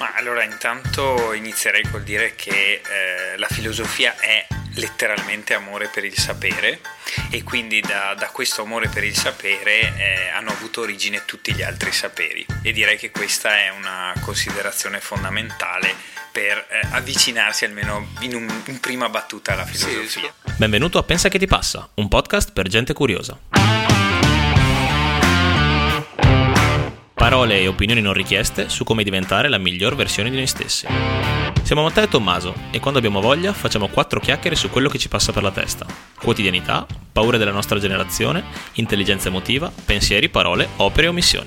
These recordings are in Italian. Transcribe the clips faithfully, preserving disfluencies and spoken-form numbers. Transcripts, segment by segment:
Ma allora intanto inizierei col dire che eh, la filosofia è letteralmente amore per il sapere e quindi da, da questo amore per il sapere eh, hanno avuto origine tutti gli altri saperi, e direi che questa è una considerazione fondamentale per eh, avvicinarsi almeno in, un, in prima battuta alla filosofia. Sì. Benvenuto a Pensa che ti passa, un podcast per gente curiosa. Parole e opinioni non richieste su come diventare la miglior versione di noi stessi. Siamo Matteo e Tommaso e quando abbiamo voglia facciamo quattro chiacchiere su quello che ci passa per la testa. Quotidianità, paure della nostra generazione, intelligenza emotiva, pensieri, parole, opere e omissioni.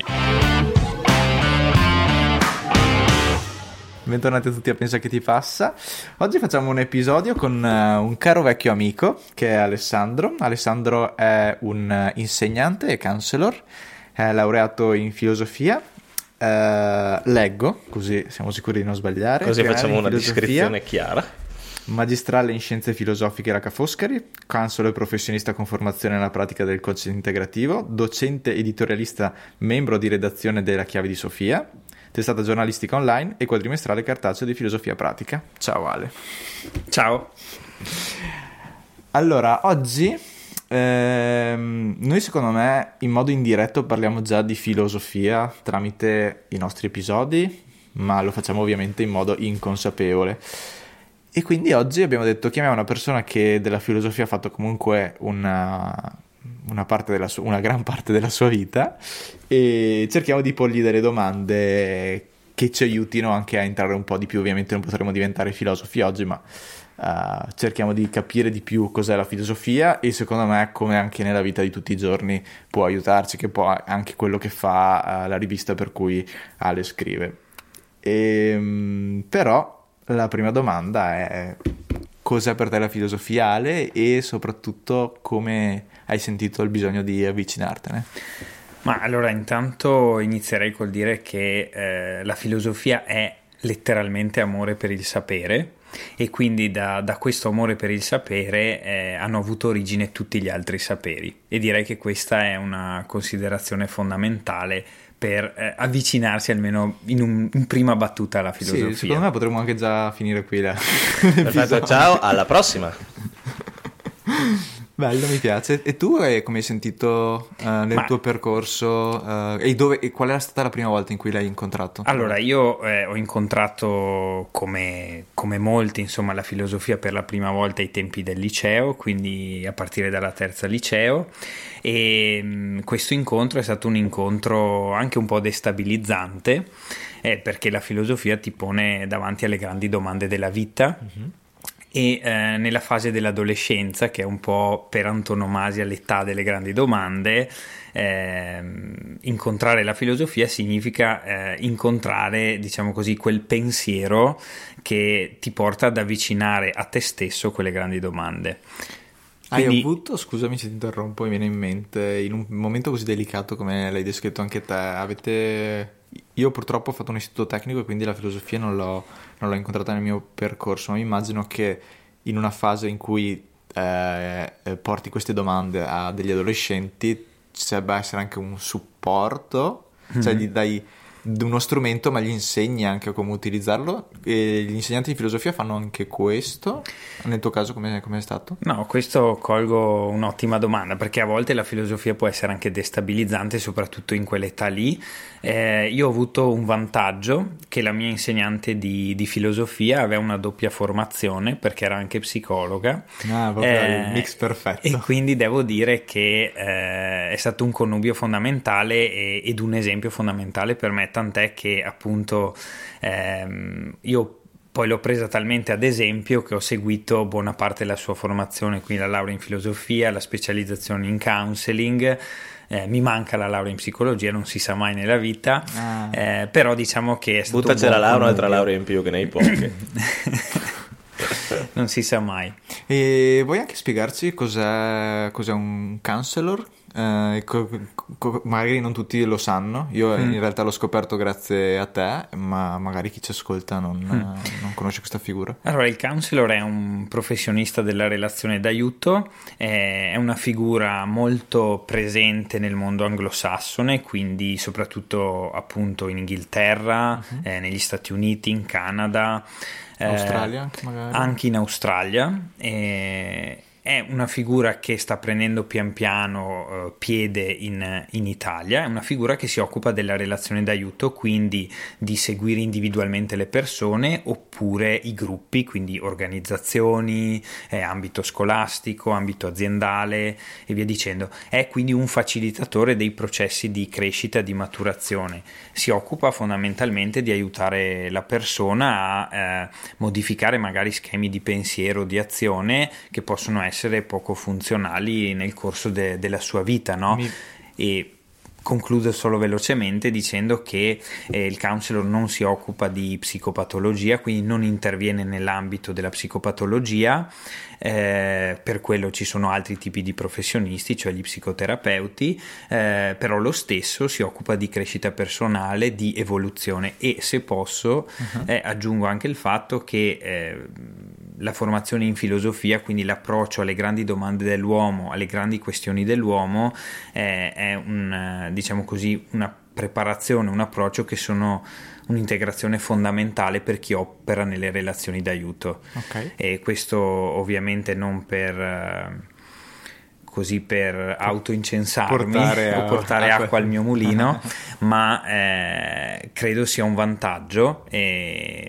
Bentornati a tutti a Pensa che ti passa. Oggi facciamo un episodio con uh, un caro vecchio amico che è Alessandro. Alessandro è un insegnante e counselor, è laureato in filosofia. Uh, leggo, così siamo sicuri di non sbagliare. Così facciamo una descrizione chiara. Magistrale in scienze filosofiche alla Ca' Foscari, counselor e professionista con formazione nella pratica del coaching integrativo, docente editorialista, membro di redazione della Chiave di Sofia, testata giornalistica online e quadrimestrale cartaceo di filosofia pratica. Ciao Ale. Ciao. Allora, oggi ehm, noi secondo me in modo indiretto parliamo già di filosofia tramite i nostri episodi, ma lo facciamo ovviamente in modo inconsapevole. E quindi oggi abbiamo detto chiamiamo una persona che della filosofia ha fatto comunque una, una, parte della sua, una gran parte della sua vita e cerchiamo di porgli delle domande che ci aiutino anche a entrare un po' di più. Ovviamente non potremo diventare filosofi oggi, ma uh, cerchiamo di capire di più cos'è la filosofia e secondo me come anche nella vita di tutti i giorni può aiutarci, che può anche quello che fa uh, la rivista per cui Ale scrive. E, però la prima domanda è: cos'è per te la filosofia, Ale, e soprattutto come hai sentito il bisogno di avvicinartene? Ma allora intanto inizierei col dire che eh, la filosofia è letteralmente amore per il sapere e quindi da, da questo amore per il sapere eh, hanno avuto origine tutti gli altri saperi, e direi che questa è una considerazione fondamentale per eh, avvicinarsi almeno in, un, in prima battuta alla filosofia. Sì, secondo me potremmo anche già finire qui là. Perfetto, ciao, alla prossima. Bello, mi piace. E tu eh, come hai sentito uh, nel Ma... tuo percorso uh, e, dove, e qual era stata la prima volta in cui l'hai incontrato? Allora, io eh, ho incontrato come, come molti insomma la filosofia per la prima volta ai tempi del liceo, quindi a partire dalla terza liceo, e mh, questo incontro è stato un incontro anche un po' destabilizzante eh, perché la filosofia ti pone davanti alle grandi domande della vita. Mm-hmm. E eh, nella fase dell'adolescenza, che è un po' per antonomasia l'età delle grandi domande, eh, incontrare la filosofia significa eh, incontrare, diciamo così, quel pensiero che ti porta ad avvicinare a te stesso quelle grandi domande. Quindi... Hai avuto, scusami se ti interrompo, mi viene in mente, in un momento così delicato come l'hai descritto anche te, avete... Io purtroppo ho fatto un istituto tecnico e quindi la filosofia non l'ho, non l'ho incontrata nel mio percorso, ma mi immagino che in una fase in cui eh, porti queste domande a degli adolescenti ci debba essere anche un supporto, mm-hmm. cioè gli dai uno strumento ma gli insegni anche come utilizzarlo, e gli insegnanti di filosofia fanno anche questo. Nel tuo caso come è stato? No, questo colgo un'ottima domanda, perché a volte la filosofia può essere anche destabilizzante, soprattutto in quell'età lì. Eh, io ho avuto un vantaggio, che la mia insegnante di, di filosofia aveva una doppia formazione perché era anche psicologa. Ah, proprio eh, il mix perfetto. E quindi devo dire che eh, è stato un connubio fondamentale e, ed un esempio fondamentale per me, tant'è che appunto ehm, io poi l'ho presa talmente ad esempio che ho seguito buona parte della sua formazione, quindi la laurea in filosofia, la specializzazione in counseling. Eh, mi manca la laurea in psicologia, non si sa mai nella vita, ah. eh, però diciamo che è stato buttaci la laurea, un'altra laurea in più che nei poche. Non si sa mai. E vuoi anche spiegarci cos'è, cos'è un counselor? eh, co- co- magari non tutti lo sanno, io mm. in realtà l'ho scoperto grazie a te, ma magari chi ci ascolta non, mm. non conosce questa figura. Allora, il counselor è un professionista della relazione d'aiuto, è una figura molto presente nel mondo anglosassone, quindi soprattutto appunto in Inghilterra, uh-huh. eh, negli Stati Uniti, in Canada, Australia anche magari. Anche in Australia. Eh, È una figura che sta prendendo pian piano eh, piede in, in Italia, è una figura che si occupa della relazione d'aiuto, quindi di seguire individualmente le persone oppure i gruppi, quindi organizzazioni, eh, ambito scolastico, ambito aziendale e via dicendo. È quindi un facilitatore dei processi di crescita, di maturazione. Si occupa fondamentalmente di aiutare la persona a eh, modificare magari schemi di pensiero, di azione che possono essere essere poco funzionali nel corso de- della sua vita, no? Mi... E concludo solo velocemente dicendo che eh, il counselor non si occupa di psicopatologia, quindi non interviene nell'ambito della psicopatologia, eh, per quello ci sono altri tipi di professionisti, cioè gli psicoterapeuti, eh, però lo stesso si occupa di crescita personale, di evoluzione e se posso uh-huh. eh, aggiungo anche il fatto che eh, la formazione in filosofia, quindi l'approccio alle grandi domande dell'uomo, alle grandi questioni dell'uomo, eh, è un, diciamo così, una preparazione, un approccio che sono un'integrazione fondamentale per chi opera nelle relazioni d'aiuto. Okay. E questo ovviamente non per così per autoincensarmi portare o portare acqua, acqua al mio mulino, ma eh, credo sia un vantaggio e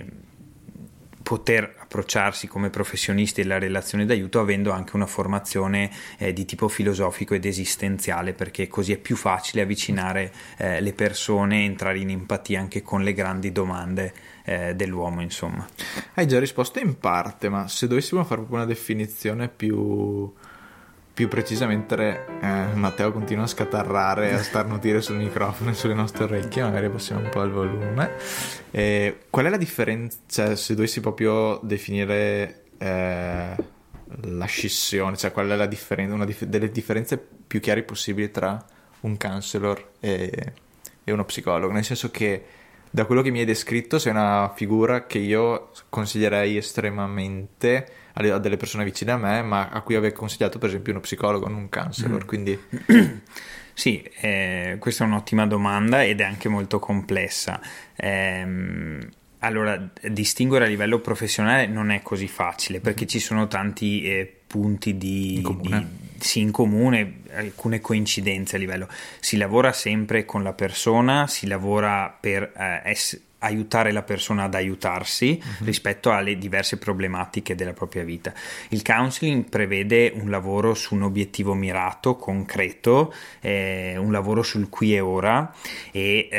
poter approcciarsi come professionisti della relazione d'aiuto avendo anche una formazione eh, di tipo filosofico ed esistenziale, perché così è più facile avvicinare eh, le persone, entrare in empatia anche con le grandi domande eh, dell'uomo, insomma. Hai già risposto in parte, ma se dovessimo fare proprio una definizione più più precisamente, eh, Matteo continua a scatarrare, a starnutire sul microfono e sulle nostre orecchie, magari abbassiamo un po' il volume. Eh, qual è la differenza, cioè, se dovessi proprio definire eh, la scissione, cioè qual è la differenza, una dif- delle differenze più chiare possibili tra un counselor e, e uno psicologo, nel senso che da quello che mi hai descritto sei una figura che io consiglierei estremamente a delle persone vicine a me, ma a cui avevo consigliato per esempio uno psicologo, non un counselor, mm. quindi... Sì, eh, questa è un'ottima domanda ed è anche molto complessa. Ehm, allora, distinguere a livello professionale non è così facile, perché ci sono tanti eh, punti di... In comune. Di, sì, in comune, alcune coincidenze a livello. Si lavora sempre con la persona, si lavora per eh, essere... aiutare la persona ad aiutarsi uh-huh. rispetto alle diverse problematiche della propria vita. Il counseling prevede un lavoro su un obiettivo mirato, concreto, eh, un lavoro sul qui e ora e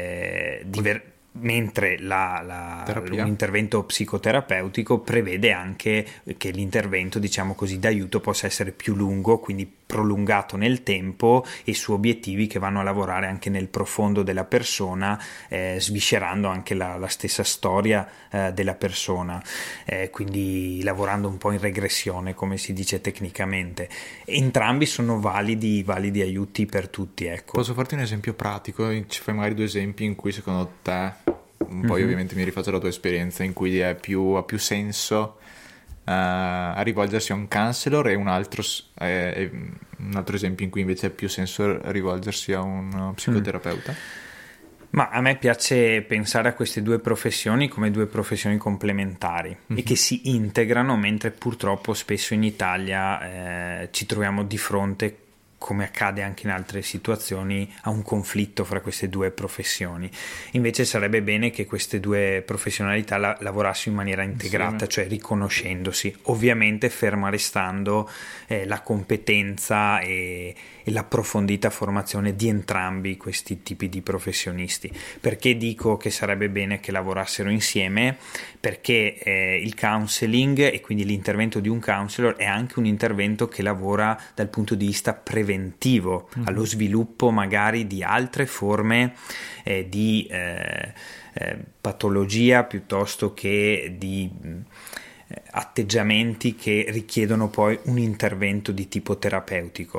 eh, diver- mentre la, la, un intervento psicoterapeutico prevede anche che l'intervento, diciamo così, d'aiuto possa essere più lungo, quindi prolungato nel tempo e su obiettivi che vanno a lavorare anche nel profondo della persona, eh, sviscerando anche la, la stessa storia eh, della persona, eh, quindi lavorando un po' in regressione, come si dice tecnicamente. Entrambi sono validi, validi aiuti per tutti, ecco. Posso farti un esempio pratico? Ci fai magari due esempi in cui secondo te, poi mm-hmm. ovviamente mi rifaccio la tua esperienza, in cui è più, ha più senso Uh, a rivolgersi a un counselor e un altro, eh, un altro esempio in cui invece ha più senso rivolgersi a un psicoterapeuta? Mm. Ma a me piace pensare a queste due professioni come due professioni complementari mm-hmm. e che si integrano, mentre purtroppo spesso in Italia eh, ci troviamo di fronte, come accade anche in altre situazioni, a un conflitto fra queste due professioni. Invece sarebbe bene che queste due professionalità la- lavorassero in maniera integrata, sì. Cioè riconoscendosi, ovviamente ferma restando eh, la competenza e, e l'approfondita formazione di entrambi questi tipi di professionisti. Perché dico che sarebbe bene che lavorassero insieme? Perché eh, il counseling e quindi l'intervento di un counselor è anche un intervento che lavora dal punto di vista preventivo, mm-hmm. allo sviluppo magari di altre forme eh, di eh, eh, patologia piuttosto che di eh, atteggiamenti che richiedono poi un intervento di tipo terapeutico.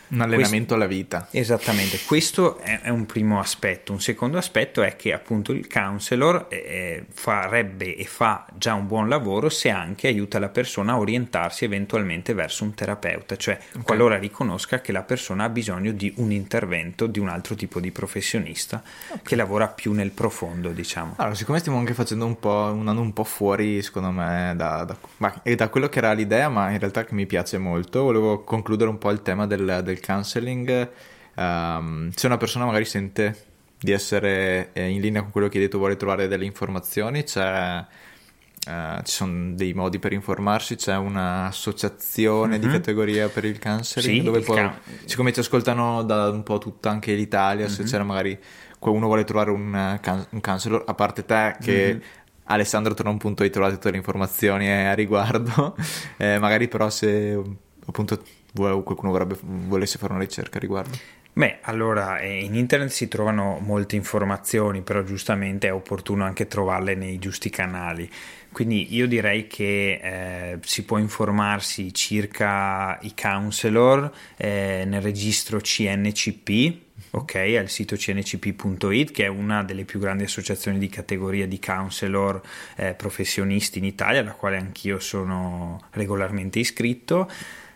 Un allenamento Questo, alla vita. Esattamente, questo è, è un primo aspetto. Un secondo aspetto è che appunto il counselor eh, farebbe e fa già un buon lavoro se anche aiuta la persona a orientarsi eventualmente verso un terapeuta, cioè okay. qualora riconosca che la persona ha bisogno di un intervento di un altro tipo di professionista okay. che lavora più nel profondo, diciamo. Allora, siccome stiamo anche facendo un po' un anno un po' fuori, secondo me, da, da, ma, e da quello che era l'idea, ma in realtà che mi piace molto, volevo concludere un po' il tema del, del counseling. Um, se una persona magari sente di essere in linea con quello che hai detto, vuole trovare delle informazioni, c'è, uh, ci sono dei modi per informarsi, c'è un'associazione mm-hmm. di categoria per il counseling, sì, dove il poi, can- siccome ci ascoltano da un po' tutta anche l'Italia, mm-hmm. se c'era magari uno vuole trovare un, un counselor, a parte te che mm-hmm. alessandro tornon punto it trovate tutte le informazioni a riguardo, eh, magari però se appunto qualcuno vorrebbe, volesse fare una ricerca a riguardo. Beh, allora in internet si trovano molte informazioni, però giustamente è opportuno anche trovarle nei giusti canali. Quindi io direi che eh, si può informarsi circa i counselor eh, nel registro C N C P, ok, al sito c n c p punto it, che è una delle più grandi associazioni di categoria di counselor eh, professionisti in Italia, alla quale anch'io sono regolarmente iscritto.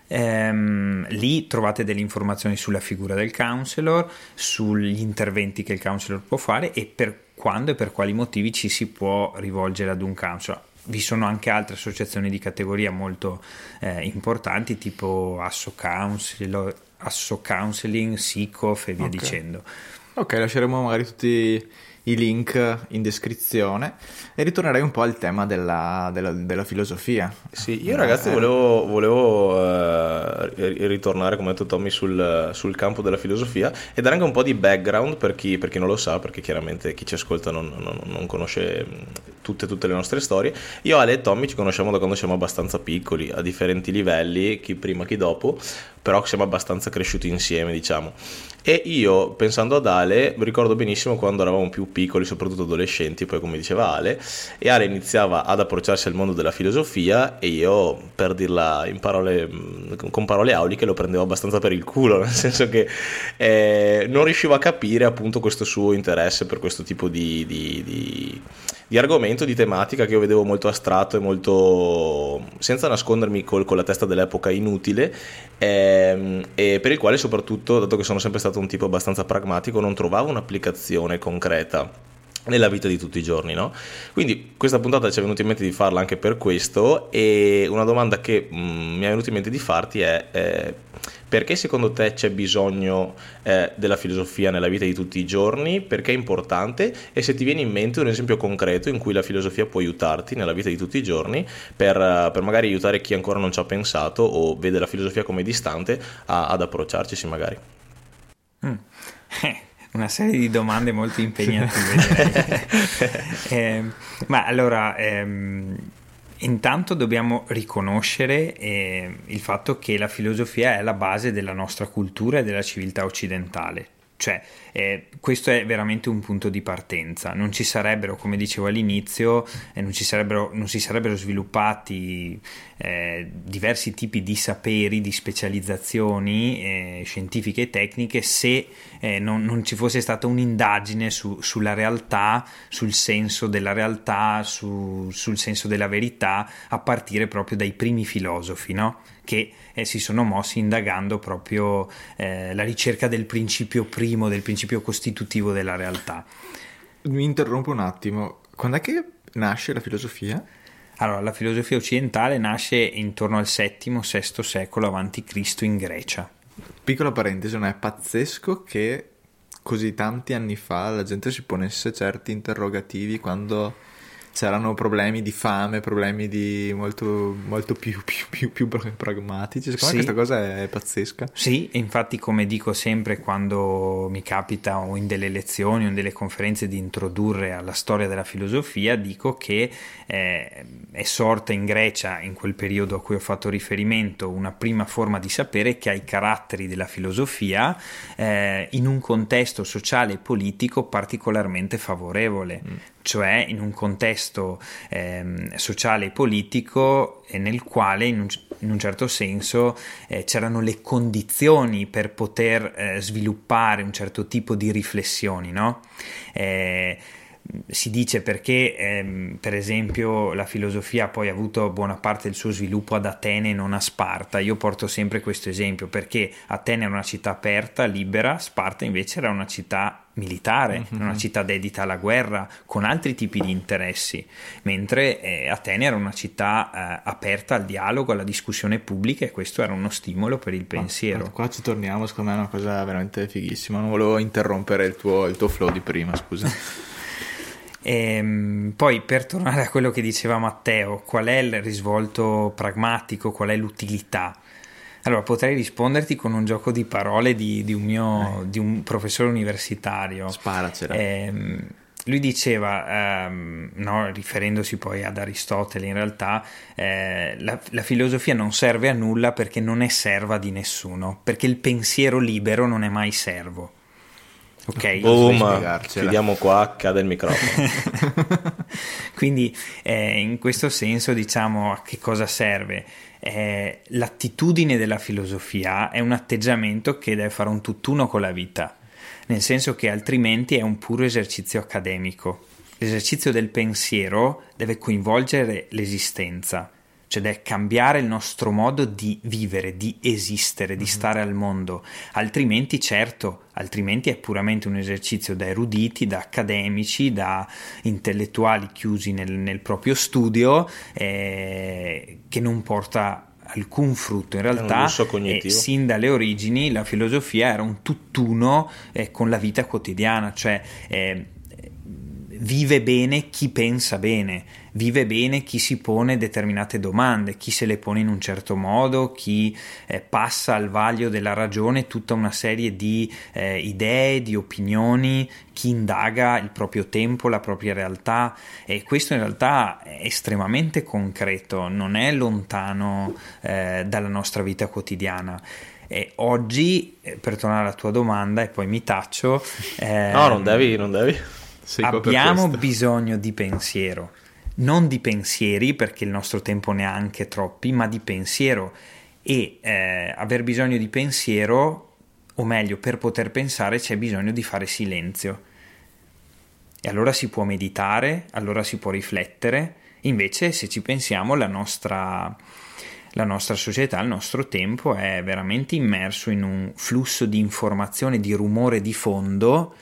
Ehm, lì trovate delle informazioni sulla figura del counselor, sugli interventi che il counselor può fare e per quando e per quali motivi ci si può rivolgere ad un counselor. Vi sono anche altre associazioni di categoria molto eh, importanti, tipo Asso Counselor, Asso Counseling, SICOF e via okay. dicendo. Ok, lasceremo magari tutti i link in descrizione e ritornerei un po' al tema della, della, della filosofia. Sì, io ragazzi eh, volevo, volevo eh, ritornare, come ha detto Tommy, sul, sul campo della filosofia e dare anche un po' di background per chi, per chi non lo sa, perché chiaramente chi ci ascolta non, non, non conosce tutte, tutte le nostre storie. Io, Ale e Tommy ci conosciamo da quando siamo abbastanza piccoli, a differenti livelli, chi prima chi dopo, però siamo abbastanza cresciuti insieme, diciamo. E io, pensando ad Ale, ricordo benissimo quando eravamo più piccoli, soprattutto adolescenti, poi come diceva Ale, e Ale iniziava ad approcciarsi al mondo della filosofia e io, per dirla in parole, con parole auliche, lo prendevo abbastanza per il culo, nel senso che eh, non riuscivo a capire appunto questo suo interesse per questo tipo di, di, di, di argomento, di tematica che io vedevo molto astratto e molto, senza nascondermi col, con la testa dell'epoca, inutile, eh, e per il quale soprattutto, dato che sono sempre stato un tipo abbastanza pragmatico, non trovavo un'applicazione concreta nella vita di tutti i giorni, no? Quindi questa puntata ci è venuto in mente di farla anche per questo, e una domanda che mh, mi è venuta in mente di farti è eh, perché secondo te c'è bisogno eh, della filosofia nella vita di tutti i giorni, perché è importante, e se ti viene in mente un esempio concreto in cui la filosofia può aiutarti nella vita di tutti i giorni per, per magari aiutare chi ancora non ci ha pensato o vede la filosofia come distante a, ad approcciarci magari. Mm. Una serie di domande molto impegnative. eh, ma allora, ehm, intanto dobbiamo riconoscere eh, il fatto che la filosofia è la base della nostra cultura e della civiltà occidentale. Cioè, eh, questo è veramente un punto di partenza. Non ci sarebbero, come dicevo all'inizio, eh, non, ci sarebbero, non si sarebbero sviluppati eh, diversi tipi di saperi, di specializzazioni eh, scientifiche e tecniche se eh, non, non ci fosse stata un'indagine su, sulla realtà, sul senso della realtà, su, sul senso della verità, a partire proprio dai primi filosofi, no? Che eh, si sono mossi indagando proprio eh, la ricerca del principio primo, del principio costitutivo della realtà. Mi interrompo un attimo. Quando è che nasce la filosofia? Allora, la filosofia occidentale nasce intorno al settimo sesto secolo avanti Cristo in Grecia. Piccola parentesi, non è pazzesco che così tanti anni fa la gente si ponesse certi interrogativi quando c'erano problemi di fame, problemi di molto, molto più, più, più, più pragmatici. Secondo sì. me questa cosa è pazzesca. Sì, infatti, come dico sempre quando mi capita o in delle lezioni o in delle conferenze di introdurre alla storia della filosofia, dico che eh, è sorta in Grecia, in quel periodo a cui ho fatto riferimento, una prima forma di sapere che ha i caratteri della filosofia eh, in un contesto sociale e politico particolarmente favorevole. Mm. Cioè in un contesto eh, sociale e politico nel quale in un, in un certo senso eh, c'erano le condizioni per poter eh, sviluppare un certo tipo di riflessioni, no? Eh, si dice perché ehm, per esempio la filosofia poi ha avuto buona parte del suo sviluppo ad Atene e non a Sparta. Io porto sempre questo esempio perché Atene era una città aperta, libera, Sparta invece era una città militare, mm-hmm. una città dedita alla guerra con altri tipi di interessi, mentre eh, Atene era una città eh, aperta al dialogo, alla discussione pubblica, e questo era uno stimolo per il pensiero. Ma, qua ci torniamo, secondo me è una cosa veramente fighissima. Non volevo interrompere il tuo, il tuo flow di prima, scusa. E poi, per tornare a quello che diceva Matteo, qual è il risvolto pragmatico, qual è l'utilità? Allora, potrei risponderti con un gioco di parole di, di, un, mio, eh. di un professore universitario. Sparacela. Eh, lui diceva, ehm, no, riferendosi poi ad Aristotele, in realtà eh, la, la filosofia non serve a nulla perché non è serva di nessuno, perché il pensiero libero non è mai servo. Ok, boom, chiudiamo qua, cade il microfono. Quindi eh, in questo senso, diciamo, a che cosa serve? Eh, l'attitudine della filosofia è un atteggiamento che deve fare un tutt'uno con la vita, nel senso che altrimenti è un puro esercizio accademico. L'esercizio del pensiero deve coinvolgere l'esistenza, cioè deve cambiare il nostro modo di vivere, di esistere, di stare al mondo. Altrimenti, certo, altrimenti è puramente un esercizio da eruditi, da accademici, da intellettuali chiusi nel, nel proprio studio, eh, che non porta alcun frutto. In realtà, eh, sin dalle origini, la filosofia era un tutt'uno eh, con la vita quotidiana, cioè eh, vive bene chi pensa bene, vive bene chi si pone determinate domande, chi se le pone in un certo modo, chi eh, passa al vaglio della ragione tutta una serie di eh, idee, di opinioni, chi indaga il proprio tempo, la propria realtà, e questo in realtà è estremamente concreto, non è lontano eh, dalla nostra vita quotidiana. E oggi, eh, per tornare alla tua domanda e poi mi taccio, eh, no, non devi, non devi. Abbiamo bisogno di pensiero, non di pensieri, perché il nostro tempo ne ha anche troppi, ma di pensiero. E eh, aver bisogno di pensiero, o meglio, per poter pensare c'è bisogno di fare silenzio. E allora si può meditare, allora si può riflettere. Invece, se ci pensiamo, la nostra, la nostra società, il nostro tempo è veramente immerso in un flusso di informazione, di rumore di fondo,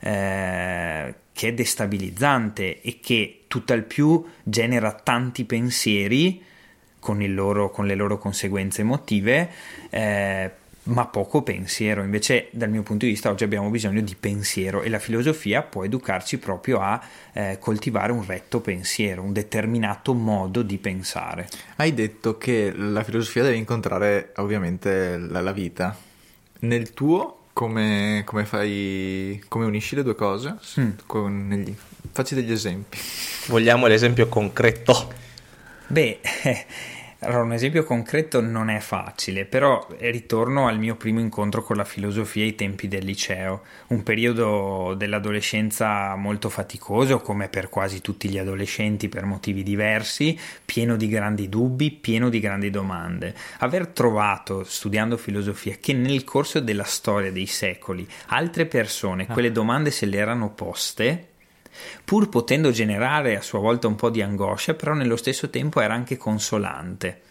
eh, che è destabilizzante e che tutt'al più genera tanti pensieri con, il loro, con le loro conseguenze emotive, eh, ma poco pensiero. Invece, dal mio punto di vista, oggi abbiamo bisogno di pensiero, e la filosofia può educarci proprio a eh, coltivare un retto pensiero, un determinato modo di pensare. Hai detto che la filosofia deve incontrare ovviamente la, la vita. Nel tuo Come, come fai, come unisci le due cose? Mm. Con negli, facci degli esempi. Vogliamo l'esempio concreto. Beh, eh, allora un esempio concreto non è facile, però ritorno al mio primo incontro con la filosofia ai tempi del liceo, un periodo dell'adolescenza molto faticoso, come per quasi tutti gli adolescenti per motivi diversi, pieno di grandi dubbi, pieno di grandi domande. Aver trovato, studiando filosofia, che nel corso della storia dei secoli altre persone quelle domande se le erano poste, pur potendo generare a sua volta un po' di angoscia, però nello stesso tempo era anche consolante,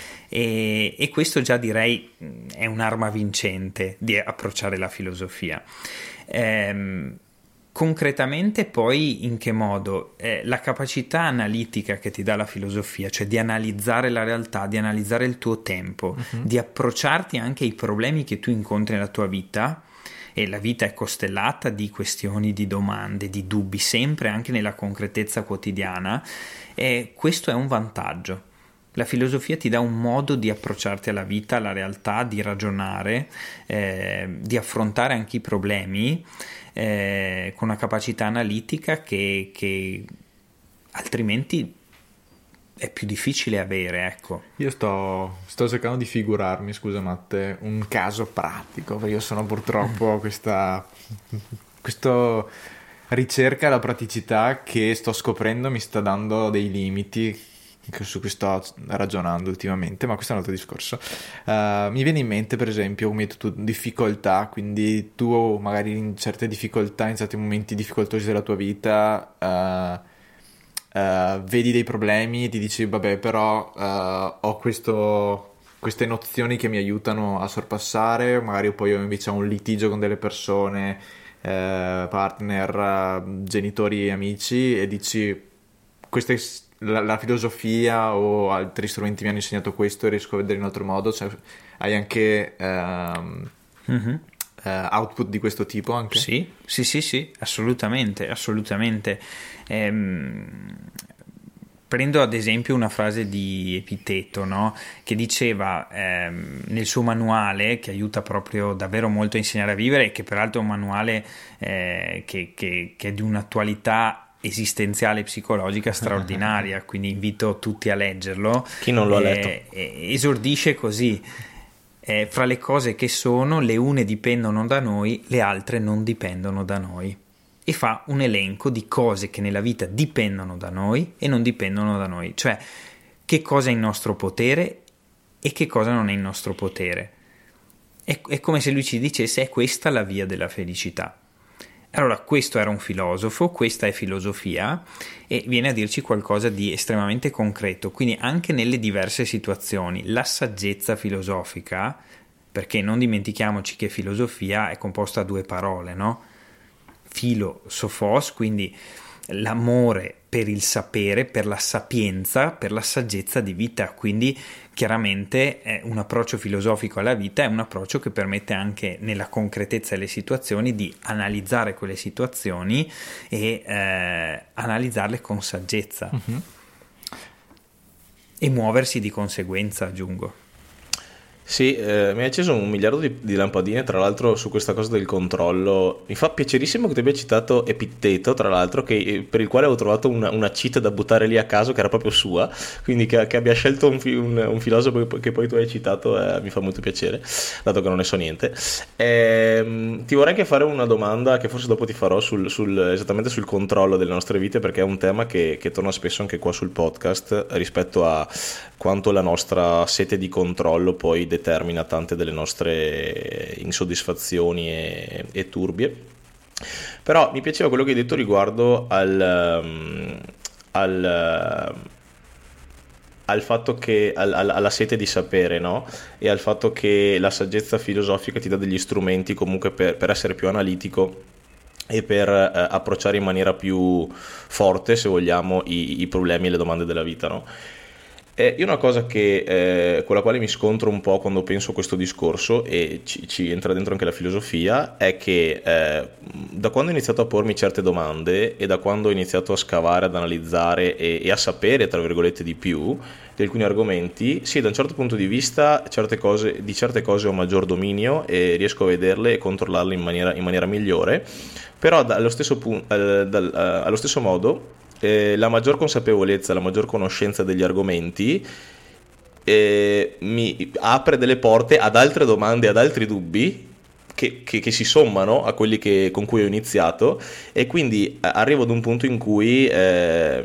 e, e questo già direi è un'arma vincente di approcciare la filosofia. Ehm, concretamente poi in che modo? Eh, la capacità analitica che ti dà la filosofia, cioè di analizzare la realtà, di analizzare il tuo tempo, uh-huh. di approcciarti anche ai problemi che tu incontri nella tua vita. E la vita è costellata di questioni, di domande, di dubbi, sempre anche nella concretezza quotidiana, e questo è un vantaggio. La filosofia ti dà un modo di approcciarti alla vita, alla realtà, di ragionare, eh, di affrontare anche i problemi eh, con una capacità analitica che, che altrimenti è più difficile avere, ecco. Io sto, sto cercando di figurarmi, scusa Matte, un caso pratico, perché io sono purtroppo questa questo ricerca alla praticità che sto scoprendo mi sta dando dei limiti su cui sto ragionando ultimamente, ma questo è un altro discorso. Uh, mi viene in mente, per esempio, come hai detto tu, difficoltà, quindi tu magari in certe difficoltà, in certi momenti difficoltosi della tua vita, uh, uh, vedi dei problemi e ti dici, vabbè, però uh, ho questo, queste nozioni che mi aiutano a sorpassare, magari poi ho invece un litigio con delle persone, uh, partner, uh, genitori, amici, e dici, queste La, la filosofia o altri strumenti mi hanno insegnato questo e riesco a vedere in altro modo, cioè, hai anche um, mm-hmm. uh, output di questo tipo anche? Sì, sì, sì, sì, assolutamente, assolutamente. Ehm, prendo ad esempio una frase di Epitteto, no? Che diceva ehm, nel suo manuale, che aiuta proprio davvero molto a insegnare a vivere, e che peraltro è un manuale eh, che, che, che è di un'attualità esistenziale e psicologica straordinaria, quindi invito tutti a leggerlo. Chi non lo ha letto? Eh, esordisce così: eh, fra le cose che sono, le une dipendono da noi, le altre non dipendono da noi, e fa un elenco di cose che nella vita dipendono da noi e non dipendono da noi, cioè che cosa è in nostro potere e che cosa non è in nostro potere. È, è come se lui ci dicesse: è questa la via della felicità. Allora, questo era un filosofo, questa è filosofia, e viene a dirci qualcosa di estremamente concreto. Quindi anche nelle diverse situazioni la saggezza filosofica, perché non dimentichiamoci che filosofia è composta da due parole, no? Filo, sophos, quindi l'amore per il sapere, per la sapienza, per la saggezza di vita. Quindi chiaramente è un approccio filosofico alla vita, è un approccio che permette anche nella concretezza delle situazioni di analizzare quelle situazioni e eh, analizzarle con saggezza, uh-huh. e muoversi di conseguenza, aggiungo. Sì, eh, mi hai acceso un miliardo di, di lampadine, tra l'altro, su questa cosa del controllo. Mi fa piacerissimo che tu abbia citato Epitteto, tra l'altro, che, per il quale avevo trovato una, una cheat da buttare lì a caso, che era proprio sua, quindi che, che abbia scelto un, un, un filosofo che poi tu hai citato, eh, mi fa molto piacere, dato che non ne so niente. E, ti vorrei anche fare una domanda che forse dopo ti farò sul, sul, esattamente sul controllo delle nostre vite, perché è un tema che, che torna spesso anche qua sul podcast, rispetto a quanto la nostra sete di controllo poi determina tante delle nostre insoddisfazioni e, e turbie. Però mi piaceva quello che hai detto riguardo al, um, al, uh, al fatto che al, al, alla sete di sapere, no? E al fatto che la saggezza filosofica ti dà degli strumenti comunque per, per essere più analitico e per eh, approcciare in maniera più forte, se vogliamo, i, i problemi e le domande della vita, no? Eh, io una cosa che, eh, con la quale mi scontro un po' quando penso a questo discorso, e ci, ci entra dentro anche la filosofia, è che eh, da quando ho iniziato a pormi certe domande e da quando ho iniziato a scavare, ad analizzare e, e a sapere, tra virgolette, di più di alcuni argomenti, sì, da un certo punto di vista certe cose, di certe cose ho maggior dominio e riesco a vederle e controllarle in maniera, in maniera migliore, però allo stesso, pu- eh, dal, eh, allo stesso modo Eh, la maggior consapevolezza, la maggior conoscenza degli argomenti eh, mi apre delle porte ad altre domande, ad altri dubbi che, che, che si sommano a quelli che, con cui ho iniziato, e quindi eh, arrivo ad un punto in cui eh,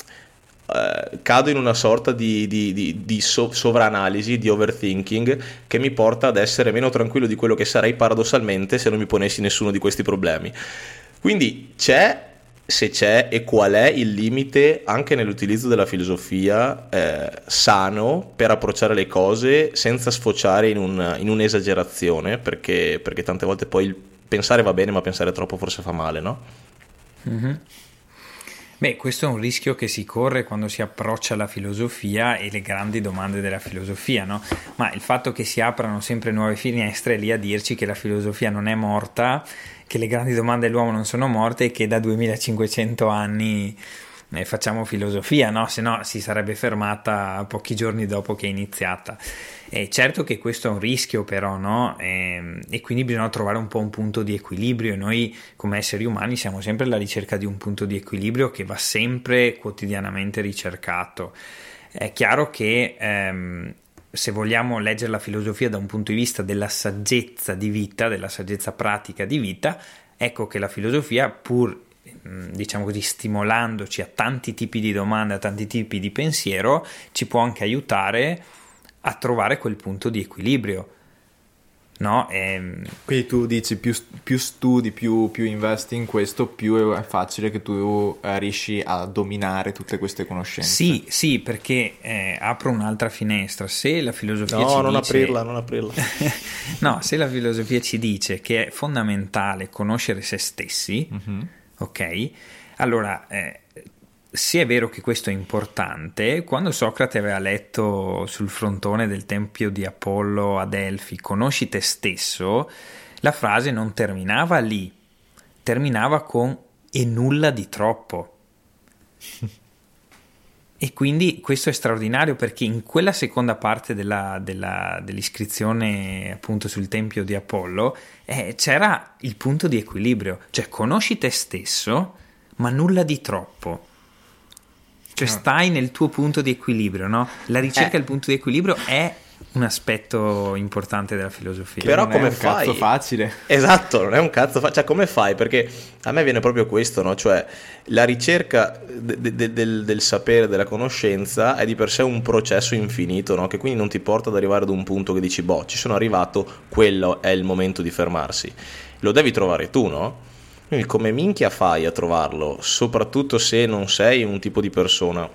eh, cado in una sorta di, di, di, di so- sovraanalisi, di overthinking, che mi porta ad essere meno tranquillo di quello che sarei paradossalmente se non mi ponessi nessuno di questi problemi. Quindi c'è, se c'è, e qual è il limite anche nell'utilizzo della filosofia eh, sano per approcciare le cose senza sfociare in, un, in un'esagerazione, perché, perché tante volte poi il pensare va bene, ma pensare troppo forse fa male, no? Mm-hmm. Beh, questo è un rischio che si corre quando si approccia alla filosofia e le grandi domande della filosofia, no? Ma il fatto che si aprano sempre nuove finestre è lì a dirci che la filosofia non è morta, che le grandi domande dell'uomo non sono morte e che da duemilacinquecento anni eh, facciamo filosofia, no? Se no si sarebbe fermata pochi giorni dopo che è iniziata. E certo che questo è un rischio, però, no? E, e quindi bisogna trovare un po' un punto di equilibrio, e noi come esseri umani siamo sempre alla ricerca di un punto di equilibrio che va sempre quotidianamente ricercato. È chiaro che ehm, se vogliamo leggere la filosofia da un punto di vista della saggezza di vita, della saggezza pratica di vita, ecco che la filosofia, pur diciamo così, stimolandoci a tanti tipi di domande, a tanti tipi di pensiero, ci può anche aiutare a trovare quel punto di equilibrio, no? E... quindi tu dici più, più studi, più, più investi in questo, più è facile che tu eh, riesci a dominare tutte queste conoscenze. Sì, sì, perché eh, apro un'altra finestra. Se la filosofia no, ci non dice... aprirla, non aprirla. No, se la filosofia ci dice che è fondamentale conoscere se stessi, mm-hmm. ok? Allora, eh, se è vero che questo è importante, quando Socrate aveva letto sul frontone del tempio di Apollo a Delfi, conosci te stesso, la frase non terminava lì, terminava con e nulla di troppo. E quindi questo è straordinario, perché in quella seconda parte della, della, dell'iscrizione appunto sul tempio di Apollo eh, c'era il punto di equilibrio, cioè conosci te stesso ma nulla di troppo. Cioè stai nel tuo punto di equilibrio, no? La ricerca eh. del punto di equilibrio è un aspetto importante della filosofia. Però non come è un fai? Cazzo facile. Esatto, non è un cazzo facile. Cioè, come fai? Perché a me viene proprio questo, no? Cioè, la ricerca de- de- del, del sapere, della conoscenza è di per sé un processo infinito, no? Che quindi non ti porta ad arrivare ad un punto che dici, boh, ci sono arrivato, quello è il momento di fermarsi. Lo devi trovare tu, no? Quindi come minchia fai a trovarlo, soprattutto se non sei un tipo di persona,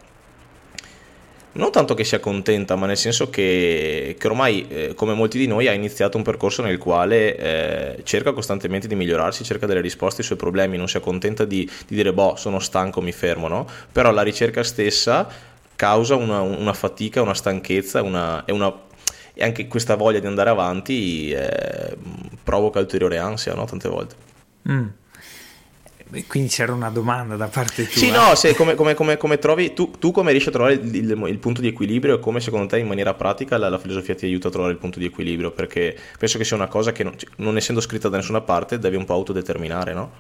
non tanto che sia contenta, ma nel senso che, che ormai, eh, come molti di noi, ha iniziato un percorso nel quale eh, cerca costantemente di migliorarsi, cerca delle risposte ai suoi problemi, non si accontenta di, di dire, boh, sono stanco, mi fermo, no? Però la ricerca stessa causa una, una fatica, una stanchezza, una, e, una, e anche questa voglia di andare avanti eh, provoca ulteriore ansia, no? Tante volte. Mm. Quindi c'era una domanda da parte tua. Sì, no, se come, come, come, come trovi tu, tu come riesci a trovare il, il, il punto di equilibrio, e come secondo te in maniera pratica la, la filosofia ti aiuta a trovare il punto di equilibrio? Perché penso che sia una cosa che non, non essendo scritta da nessuna parte devi un po' autodeterminare, no?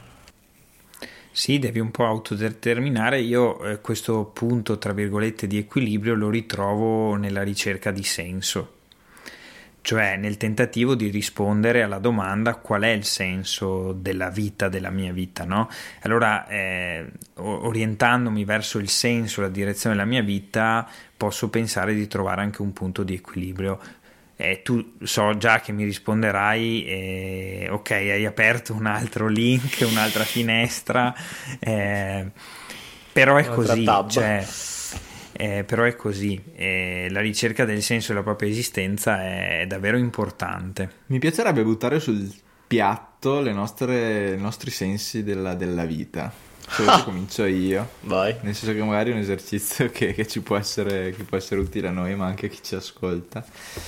Sì, devi un po' autodeterminare. Io eh, questo punto tra virgolette di equilibrio lo ritrovo nella ricerca di senso, cioè nel tentativo di rispondere alla domanda qual è il senso della vita, della mia vita, no? Allora, eh, orientandomi verso il senso, la direzione della mia vita, posso pensare di trovare anche un punto di equilibrio. Eh, tu so già che mi risponderai, eh, ok, hai aperto un altro link, un'altra finestra, eh, però è così, cioè... Eh, però è così, eh, la ricerca del senso della propria esistenza è, è davvero importante. Mi piacerebbe buttare sul piatto le nostre, i nostri sensi della, della vita. Solo che comincio io. Vai. Nel senso che magari è un esercizio che, che ci può essere, che può essere utile a noi, ma anche a chi ci ascolta.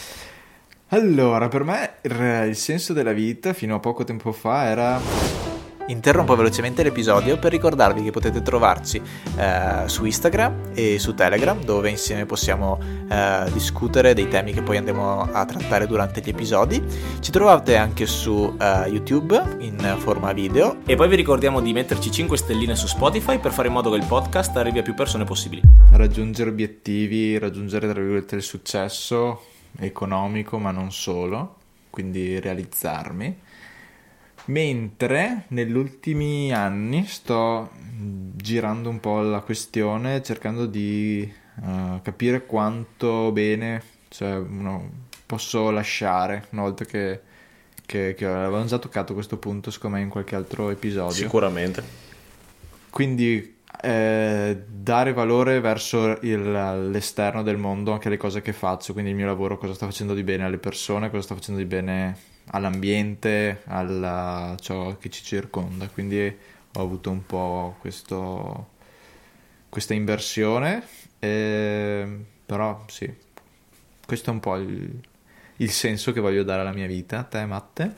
Allora, per me il, il senso della vita fino a poco tempo fa era... Interrompo velocemente l'episodio per ricordarvi che potete trovarci eh, su Instagram e su Telegram, dove insieme possiamo eh, discutere dei temi che poi andremo a trattare durante gli episodi. Ci trovate anche su eh, YouTube in forma video. E poi vi ricordiamo di metterci cinque stelline su Spotify per fare in modo che il podcast arrivi a più persone possibili. Raggiungere obiettivi, raggiungere tra virgolette il successo economico, ma non solo, quindi realizzarmi. Mentre negli ultimi anni sto girando un po' la questione, cercando di uh, capire quanto bene, cioè, no, posso lasciare, una volta che, che, che avevamo già toccato questo punto, secondo me, in qualche altro episodio. Sicuramente. Quindi eh, dare valore verso il, l'esterno del mondo, anche alle cose che faccio, quindi il mio lavoro, cosa sto facendo di bene alle persone, cosa sto facendo di bene all'ambiente, a ciò che ci circonda. Quindi ho avuto un po' questo questa inversione, eh, però sì, questo è un po' il, il senso che voglio dare alla mia vita. A te, Matte?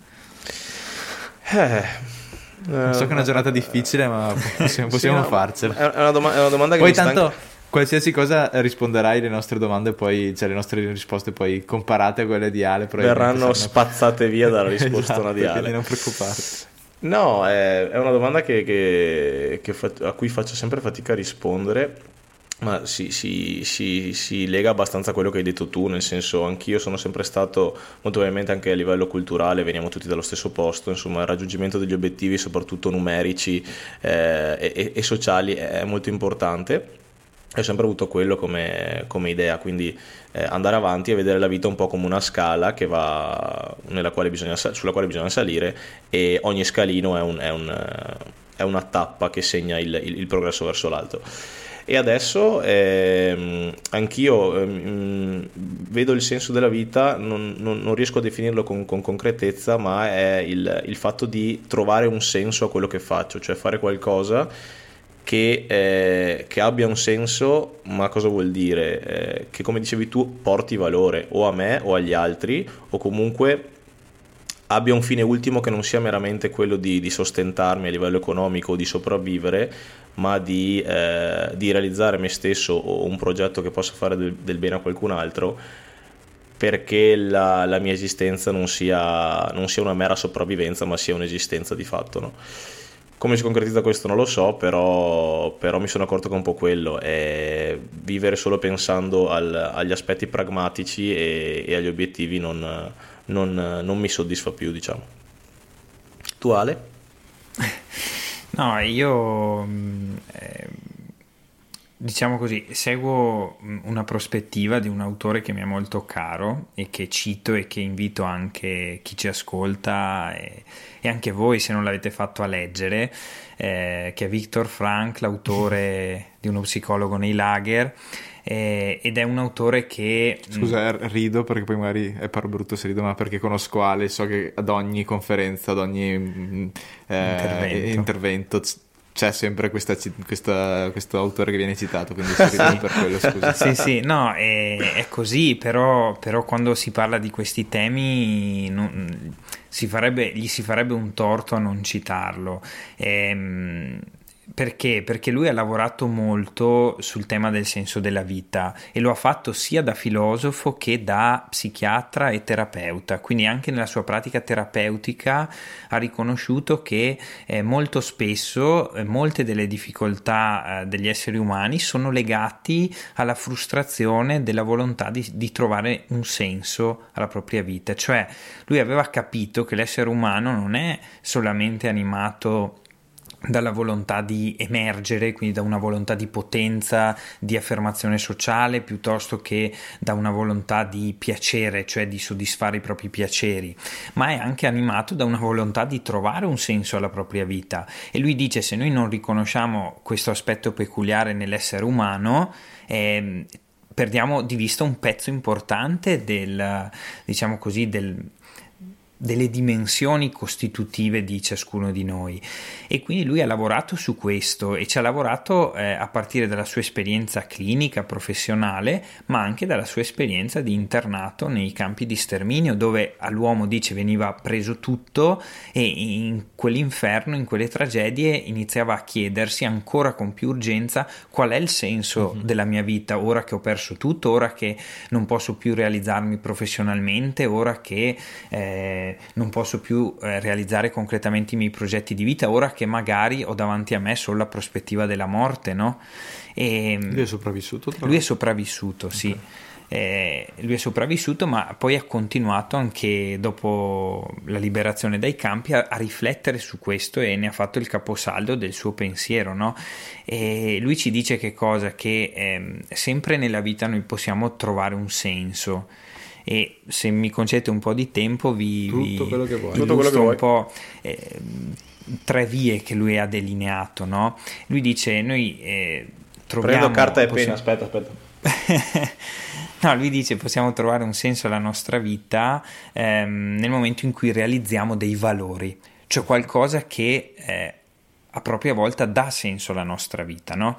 Eh, so che è una giornata difficile, ma possiamo, possiamo sì, farcela. È una, doma- è una domanda che poi mi tanto stanca... qualsiasi cosa risponderai le nostre domande, poi cioè le nostre risposte poi comparate a quelle di Ale verranno saranno... spazzate via dalla risposta esatto, di Ale. Quindi non preoccuparti. No, è, è una domanda che, che, che fa- a cui faccio sempre fatica a rispondere, Ma si, si, si, si lega abbastanza a quello che hai detto tu, nel senso, anch'io sono sempre stato, molto probabilmente anche a livello culturale, veniamo tutti dallo stesso posto, insomma il raggiungimento degli obiettivi, soprattutto numerici eh, e, e sociali, è molto importante. Ho sempre avuto quello come, come idea, quindi eh, andare avanti e vedere la vita un po' come una scala che va, nella quale bisogna, sulla quale bisogna salire, e ogni scalino è, un, è, un, è una tappa che segna il, il, il progresso verso l'alto. E adesso ehm, anch'io ehm, vedo il senso della vita, non, non, non riesco a definirlo con, con concretezza, ma è il, il fatto di trovare un senso a quello che faccio, cioè fare qualcosa che, eh, che abbia un senso. Ma cosa vuol dire? Eh, che, come dicevi tu, porti valore o a me o agli altri, o comunque abbia un fine ultimo che non sia meramente quello di, di sostentarmi a livello economico o di sopravvivere, ma di, eh, di realizzare me stesso o un progetto che possa fare del, del bene a qualcun altro, perché la, la mia esistenza non sia, non sia una mera sopravvivenza, ma sia un'esistenza di fatto, no? Come si concretizza questo non lo so, però, però mi sono accorto che è un po' quello, è vivere solo pensando al, agli aspetti pragmatici e, e agli obiettivi non, non, non mi soddisfa più, diciamo. Tu, Ale? No, io eh, diciamo così, seguo una prospettiva di un autore che mi è molto caro e che cito e che invito anche chi ci ascolta e, e anche voi, se non l'avete fatto, a leggere, eh, che è Viktor Frankl, l'autore di Uno psicologo nei lager. Eh, ed è un autore che... Scusa, rido perché poi magari è par brutto se rido, ma perché conosco Ale, so che ad ogni conferenza, ad ogni eh, intervento. intervento c'è sempre questa, questa, questo autore che viene citato, quindi si ride per quello, scusa. Sì, sì, no, è, è così, però, però quando si parla di questi temi non, si farebbe, gli si farebbe un torto a non citarlo. Ehm, Perché? Perché lui ha lavorato molto sul tema del senso della vita e lo ha fatto sia da filosofo che da psichiatra e terapeuta, quindi anche nella sua pratica terapeutica ha riconosciuto che eh, molto spesso eh, molte delle difficoltà eh, degli esseri umani sono legati alla frustrazione della volontà di, di trovare un senso alla propria vita. Cioè lui aveva capito che l'essere umano non è solamente animato dalla volontà di emergere, quindi da una volontà di potenza, di affermazione sociale, piuttosto che da una volontà di piacere, cioè di soddisfare i propri piaceri, ma è anche animato da una volontà di trovare un senso alla propria vita. E lui dice: se noi non riconosciamo questo aspetto peculiare nell'essere umano, eh, perdiamo di vista un pezzo importante del, diciamo così, del delle dimensioni costitutive di ciascuno di noi. E quindi lui ha lavorato su questo e ci ha lavorato eh, a partire dalla sua esperienza clinica, professionale, ma anche dalla sua esperienza di internato nei campi di sterminio, dove all'uomo, dice, veniva preso tutto, e in quell'inferno, in quelle tragedie, iniziava a chiedersi ancora con più urgenza: qual è il senso mm-hmm. della mia vita ora che ho perso tutto, ora che non posso più realizzarmi professionalmente, ora che eh, non posso più eh, realizzare concretamente i miei progetti di vita, ora che magari ho davanti a me solo la prospettiva della morte, no? E lui è sopravvissuto? Tra lui è sopravvissuto, okay. Sì. Eh, lui è sopravvissuto, ma poi ha continuato anche dopo la liberazione dai campi a, a riflettere su questo, e ne ha fatto il caposaldo del suo pensiero, no? E lui ci dice che cosa? Che eh, sempre nella vita noi possiamo trovare un senso. E se mi concedete un po' di tempo vi, tutto vi quello che vuoi. Tutto quello che un vuoi. po' eh, tre vie che lui ha delineato, no? Lui dice: noi eh, troviamo... Prendo carta e possiamo... penna, aspetta, aspetta. No, lui dice: possiamo trovare un senso alla nostra vita ehm, nel momento in cui realizziamo dei valori, cioè qualcosa che eh, a propria volta dà senso alla nostra vita, no?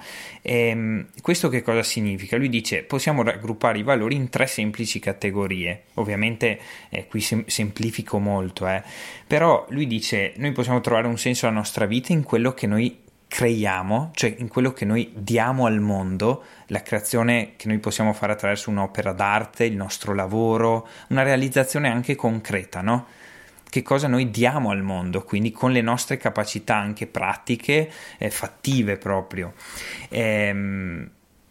E, questo che cosa significa? Lui dice: possiamo raggruppare i valori in tre semplici categorie. Ovviamente eh, qui sem- semplifico molto, eh. Però lui dice: noi possiamo trovare un senso alla nostra vita in quello che noi creiamo, cioè in quello che noi diamo al mondo, la creazione che noi possiamo fare attraverso un'opera d'arte, il nostro lavoro, una realizzazione anche concreta, no? Che cosa noi diamo al mondo, quindi con le nostre capacità anche pratiche, eh, fattive proprio. Ehm,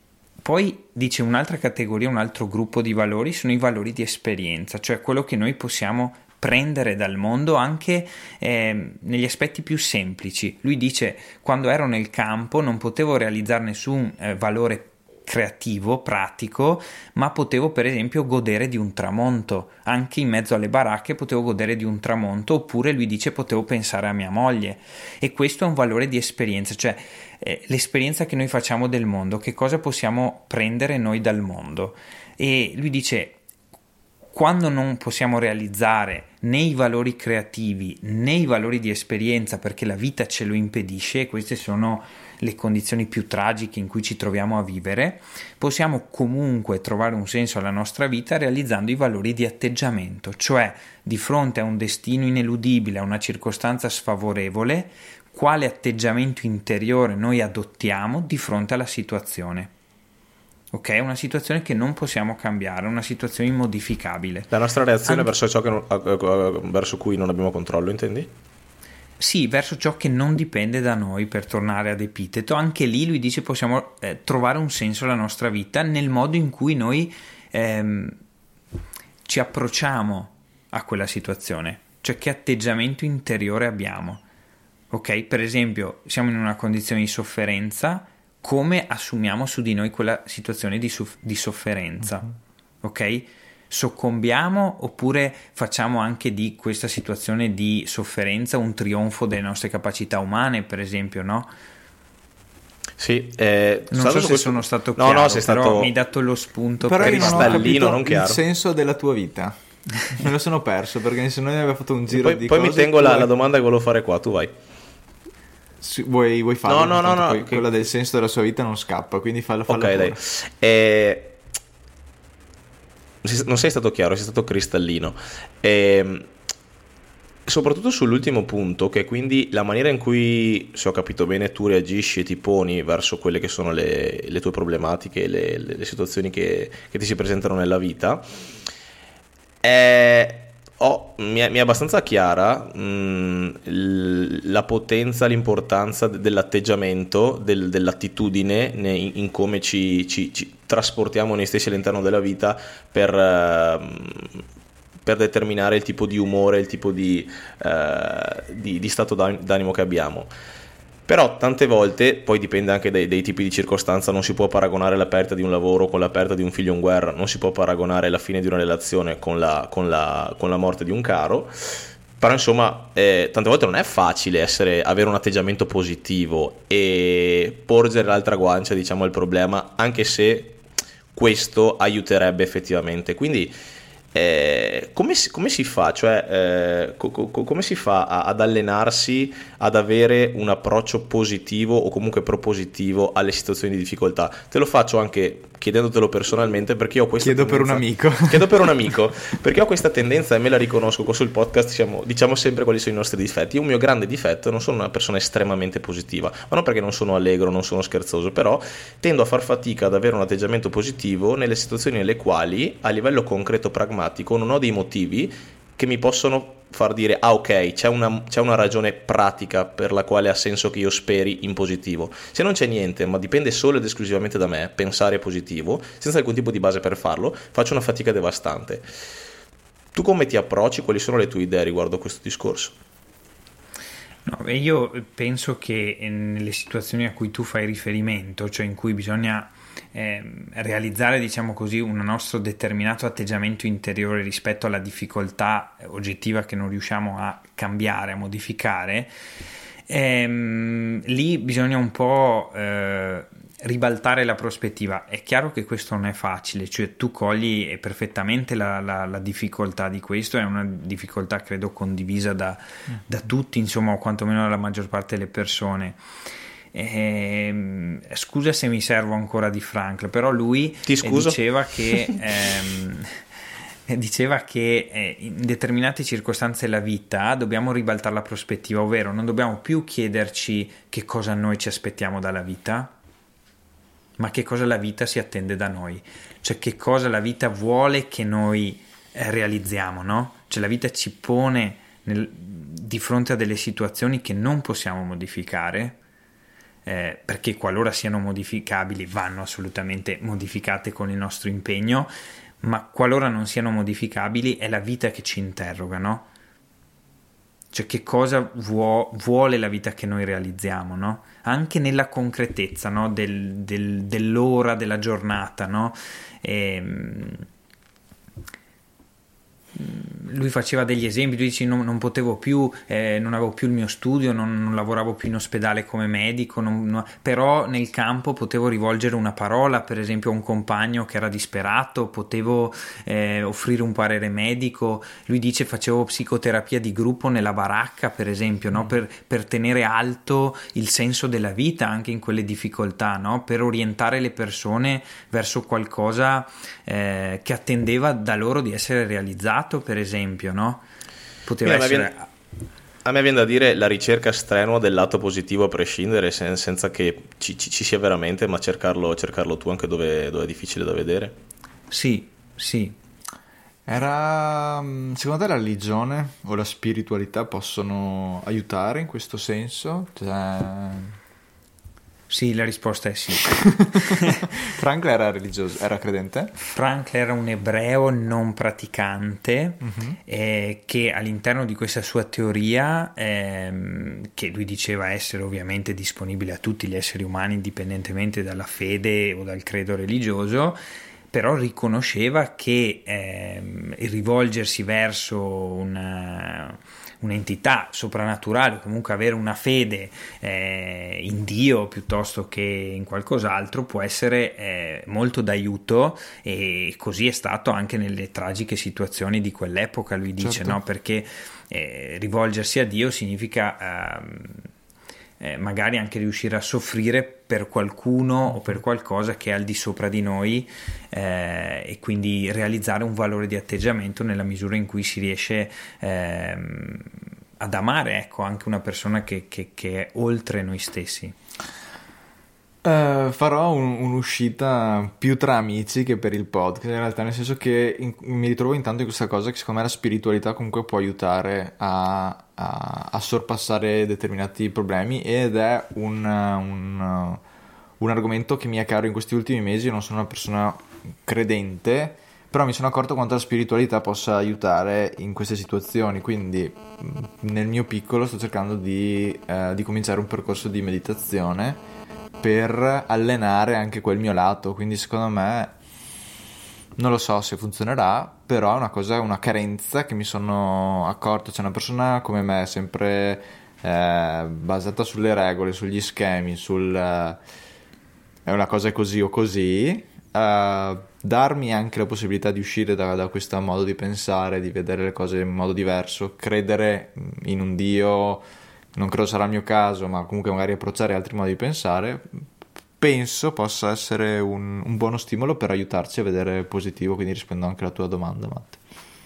Poi dice un'altra categoria, un altro gruppo di valori sono i valori di esperienza, cioè quello che noi possiamo prendere dal mondo anche eh, negli aspetti più semplici. Lui dice: quando ero nel campo non potevo realizzare nessun eh, valore creativo, pratico, ma potevo per esempio godere di un tramonto, anche in mezzo alle baracche potevo godere di un tramonto, oppure lui dice potevo pensare a mia moglie, e questo è un valore di esperienza, cioè eh, l'esperienza che noi facciamo del mondo, che cosa possiamo prendere noi dal mondo. E lui dice: quando non possiamo realizzare né i valori creativi né i valori di esperienza perché la vita ce lo impedisce, e queste sono le condizioni più tragiche in cui ci troviamo a vivere, possiamo comunque trovare un senso alla nostra vita realizzando i valori di atteggiamento, cioè di fronte a un destino ineludibile, a una circostanza sfavorevole, quale atteggiamento interiore noi adottiamo di fronte alla situazione. Ok, è una situazione che non possiamo cambiare, una situazione immodificabile. La nostra reazione Anche... verso ciò che non, verso cui non abbiamo controllo, intendi? Sì, verso ciò che non dipende da noi, per tornare ad Epiteto. Anche lì lui dice possiamo eh, trovare un senso alla nostra vita nel modo in cui noi ehm, ci approcciamo a quella situazione, cioè che atteggiamento interiore abbiamo. Ok, per esempio siamo in una condizione di sofferenza, come assumiamo su di noi quella situazione di, soff- di sofferenza, uh-huh. Ok? Soccombiamo oppure facciamo anche di questa situazione di sofferenza un trionfo delle nostre capacità umane, per esempio, no? Sì, eh, non so se questo... sono stato chiaro, no, no, sei però stato... mi hai dato lo spunto. Però per io non ho capito non il senso della tua vita. Me lo sono perso perché se noi aveva fatto un giro poi, di poi cose. Poi mi tengo la, hai... la domanda che volevo fare qua, tu vai. Vuoi, vuoi farlo? No, no, no, no poi che... quella del senso della sua vita non scappa, quindi fallo, fallo. Ok, dai. Eh... Non sei stato chiaro, sei stato cristallino. Eh... Soprattutto sull'ultimo punto, che è quindi la maniera in cui, se ho capito bene, tu reagisci e ti poni verso quelle che sono le, le tue problematiche, le, le, le situazioni che, che ti si presentano nella vita. È... Oh, mi, è, mi è abbastanza chiara mh, la potenza, l'importanza dell'atteggiamento, del, dell'attitudine in, in come ci, ci, ci trasportiamo noi stessi all'interno della vita per, uh, per determinare il tipo di umore, il tipo di, uh, di, di stato d'animo che abbiamo. Però tante volte, poi dipende anche dai, dai tipi di circostanza, non si può paragonare la perdita di un lavoro con la perdita di un figlio in guerra, non si può paragonare la fine di una relazione con la, con la, con la morte di un caro, però insomma eh, tante volte non è facile essere, avere un atteggiamento positivo e porgere l'altra guancia, diciamo, al problema, anche se questo aiuterebbe effettivamente. Quindi Eh, come, si, come si fa, cioè eh, co, co, come si fa a, ad allenarsi ad avere un approccio positivo o comunque propositivo alle situazioni di difficoltà? Te lo faccio anche chiedendotelo personalmente, perché io ho questa chiedo tendenza, per un amico chiedo per un amico perché ho questa tendenza e me la riconosco. Sul podcast diciamo, diciamo sempre quali sono i nostri difetti. Un mio grande difetto: non sono una persona estremamente positiva, ma non perché non sono allegro, non sono scherzoso, però tendo a far fatica ad avere un atteggiamento positivo nelle situazioni nelle quali a livello concreto pragmatico non ho dei motivi che mi possono far dire ah ok, c'è una, c'è una ragione pratica per la quale ha senso che io speri in positivo. Se non c'è niente, ma dipende solo ed esclusivamente da me pensare positivo, senza alcun tipo di base per farlo, faccio una fatica devastante. Tu come ti approcci? Quali sono le tue idee riguardo a questo discorso? No, io penso che nelle situazioni a cui tu fai riferimento, cioè in cui bisogna eh, realizzare, diciamo così, un nostro determinato atteggiamento interiore rispetto alla difficoltà oggettiva che non riusciamo a cambiare, a modificare, ehm, lì bisogna un po' eh, ribaltare la prospettiva. È chiaro che questo non è facile, cioè tu cogli perfettamente la, la, la difficoltà di questo, è una difficoltà credo condivisa da, mm. da tutti, insomma, o quantomeno dalla maggior parte delle persone. Eh, scusa se mi servo ancora di Frankl, però lui Ti scuso? diceva che ehm, diceva che eh, in determinate circostanze della vita dobbiamo ribaltare la prospettiva, ovvero non dobbiamo più chiederci che cosa noi ci aspettiamo dalla vita, ma che cosa la vita si attende da noi, cioè che cosa la vita vuole che noi eh, realizziamo, no? Cioè la vita ci pone nel, di fronte a delle situazioni che non possiamo modificare, eh, perché qualora siano modificabili vanno assolutamente modificate con il nostro impegno, ma qualora non siano modificabili è la vita che ci interroga, no? Cioè che cosa vuo, vuole la vita che noi realizziamo, no? Anche nella concretezza, no? Del, del, dell'ora, della giornata, no? E, lui faceva degli esempi, lui dice non, non potevo più, eh, non avevo più il mio studio, non, non lavoravo più in ospedale come medico, non, no, però nel campo potevo rivolgere una parola, per esempio a un compagno che era disperato, potevo eh, offrire un parere medico. Lui dice facevo psicoterapia di gruppo nella baracca, per esempio, no? per, per tenere alto il senso della vita anche in quelle difficoltà, no? Per orientare le persone verso qualcosa eh, che attendeva da loro di essere realizzato, per esempio, no? Poteva Beh, essere... A me, viene, a me viene da dire la ricerca strenua del lato positivo a prescindere, sen, senza che ci, ci, ci sia veramente, ma cercarlo, cercarlo tu anche dove, dove è difficile da vedere. Sì, sì. Era... Secondo te la religione o la spiritualità possono aiutare in questo senso? Cioè... Sì, la risposta è sì. Frank era religioso, era credente? Frank era un ebreo non praticante, uh-huh. eh, che all'interno di questa sua teoria, ehm, che lui diceva essere ovviamente disponibile a tutti gli esseri umani indipendentemente dalla fede o dal credo religioso, però riconosceva che ehm, il rivolgersi verso una... un'entità soprannaturale o comunque avere una fede eh, in Dio piuttosto che in qualcos'altro può essere eh, molto d'aiuto, e così è stato anche nelle tragiche situazioni di quell'epoca, lui dice, certo. no? Perché eh, rivolgersi a Dio significa eh, eh, magari anche riuscire a soffrire per qualcuno o per qualcosa che è al di sopra di noi, eh, e quindi realizzare un valore di atteggiamento nella misura in cui si riesce eh, ad amare, ecco, anche una persona che, che, che è oltre noi stessi. Uh, farò un, un'uscita più tra amici che per il podcast, in realtà, nel senso che in, mi ritrovo intanto in questa cosa che secondo me la spiritualità comunque può aiutare a, a, a sorpassare determinati problemi, ed è un, un, un argomento che mi è caro in questi ultimi mesi. Io non sono una persona credente, però mi sono accorto quanto la spiritualità possa aiutare in queste situazioni, quindi nel mio piccolo sto cercando di, eh, di cominciare un percorso di meditazione per allenare anche quel mio lato, quindi secondo me non lo so se funzionerà, però è una cosa, una carenza che mi sono accorto. C'è una persona come me sempre eh, basata sulle regole, sugli schemi, sul eh, è una cosa così o così, eh, darmi anche la possibilità di uscire da, da questo modo di pensare, di vedere le cose in modo diverso, credere in un Dio. Non credo sarà il mio caso, ma comunque magari approcciare altri modi di pensare, penso possa essere un, un buono stimolo per aiutarci a vedere positivo, quindi rispondo anche alla tua domanda, Matte.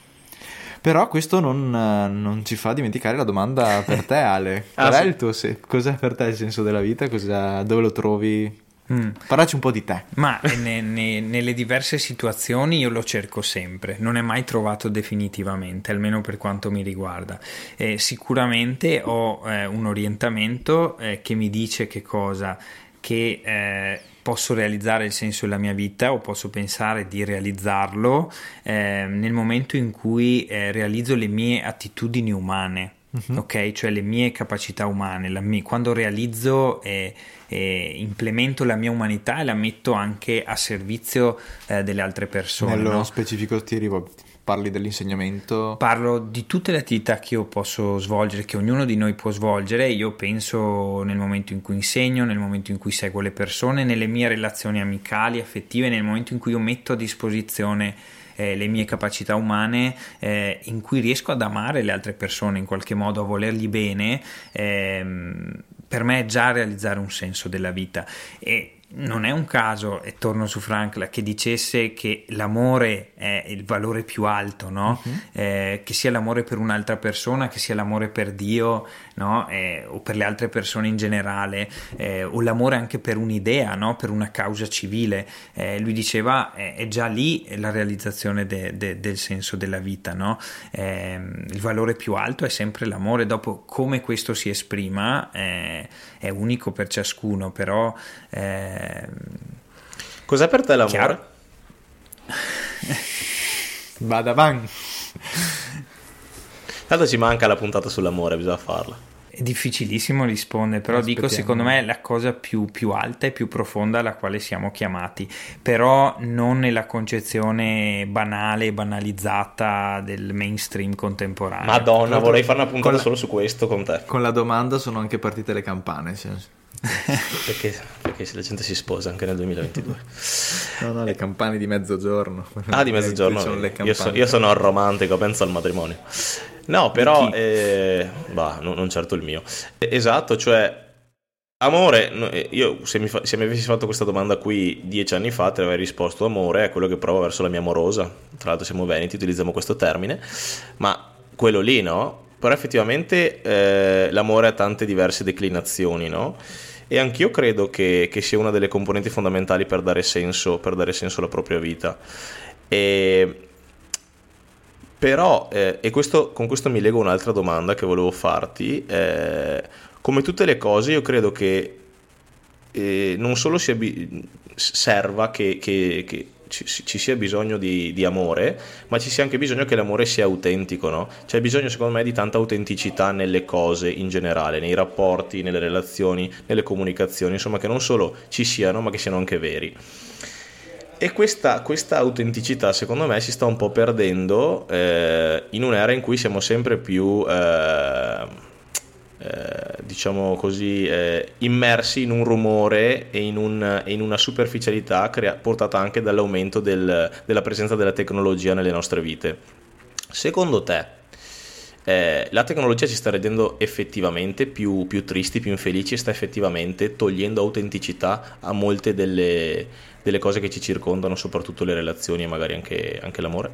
Però questo non, non ci fa dimenticare la domanda per te, Ale. Qual ah, è sì. il tuo se- cos'è per te il senso della vita? Cos'è, dove lo trovi? Mm. Parlaci un po' di te. Ma ne, ne, nelle diverse situazioni io lo cerco sempre, non è mai trovato definitivamente, almeno per quanto mi riguarda. Eh, sicuramente ho eh, un orientamento eh, che mi dice che cosa, che eh, posso realizzare il senso della mia vita, o posso pensare di realizzarlo eh, nel momento in cui eh, realizzo le mie attitudini umane. Uh-huh. Ok, cioè le mie capacità umane, la mia, quando realizzo e eh, eh, implemento la mia umanità e la metto anche a servizio eh, delle altre persone. Nello no? specifico ti arrivo, parli dell'insegnamento? Parlo di tutte le attività che io posso svolgere, che ognuno di noi può svolgere. Io penso nel momento in cui insegno, nel momento in cui seguo le persone, nelle mie relazioni amicali, affettive, nel momento in cui io metto a disposizione Eh, le mie capacità umane, eh, in cui riesco ad amare le altre persone in qualche modo, a volergli bene, ehm, per me è già realizzare un senso della vita. E non è un caso, e torno su Frank, che dicesse che l'amore è il valore più alto, no? Uh-huh. Eh, che sia l'amore per un'altra persona, che sia l'amore per Dio, no? Eh, o per le altre persone in generale, eh, o l'amore anche per un'idea, no? Per una causa civile. Eh, lui diceva eh, è già lì la realizzazione de, de, del senso della vita, no? Eh, il valore più alto è sempre l'amore. Dopo come questo si esprima eh, è unico per ciascuno, però eh, cos'è per te l'amore? Chiaro? Vada bang. Tanto ci manca la puntata sull'amore, bisogna farla. È difficilissimo rispondere, però Aspettiamo. dico, secondo me è la cosa più, più alta e più profonda alla quale siamo chiamati, però non nella concezione banale e banalizzata del mainstream contemporaneo. Madonna, vorrei fare una puntata Con la- solo su questo con te. Con la domanda sono anche partite le campane. Sì. Perché, perché se la gente si sposa anche nel duemilaventidue. No, no, le campane di mezzogiorno. Ah, di mezzogiorno. Sono le Io, so- campane. io sono il romantico, penso al matrimonio. No, però, chi? eh, bah, no- non certo il mio. Eh, Esatto, cioè, amore, no, eh, io se mi, fa- se mi avessi fatto questa domanda qui dieci anni fa, te avrei risposto amore è quello che provo verso la mia amorosa. Tra l'altro siamo veneti, utilizziamo questo termine, ma quello lì, no? Però effettivamente eh, l'amore ha tante diverse declinazioni, no? E anch'io credo che, che sia una delle componenti fondamentali per dare senso, per dare senso alla propria vita. E però, eh, e questo, con questo mi lego un'altra domanda che volevo farti. Eh, come tutte le cose, io credo che eh, non solo sia bi- serva che, che- che ci, ci sia bisogno di, di amore, ma ci sia anche bisogno che l'amore sia autentico, no? C'è bisogno, secondo me, di tanta autenticità nelle cose in generale, nei rapporti, nelle relazioni, nelle comunicazioni, insomma, che non solo ci siano, ma che siano anche veri. E questa, questa autenticità, secondo me, si sta un po' perdendo eh, in un'era in cui siamo sempre più, eh, eh, diciamo così, eh, immersi in un rumore e in, un- e in una superficialità crea- portata anche dall'aumento del- della presenza della tecnologia nelle nostre vite. Secondo te, eh, la tecnologia ci sta rendendo effettivamente più, più tristi, più infelici e sta effettivamente togliendo autenticità a molte delle, delle cose che ci circondano, soprattutto le relazioni e magari anche, anche l'amore?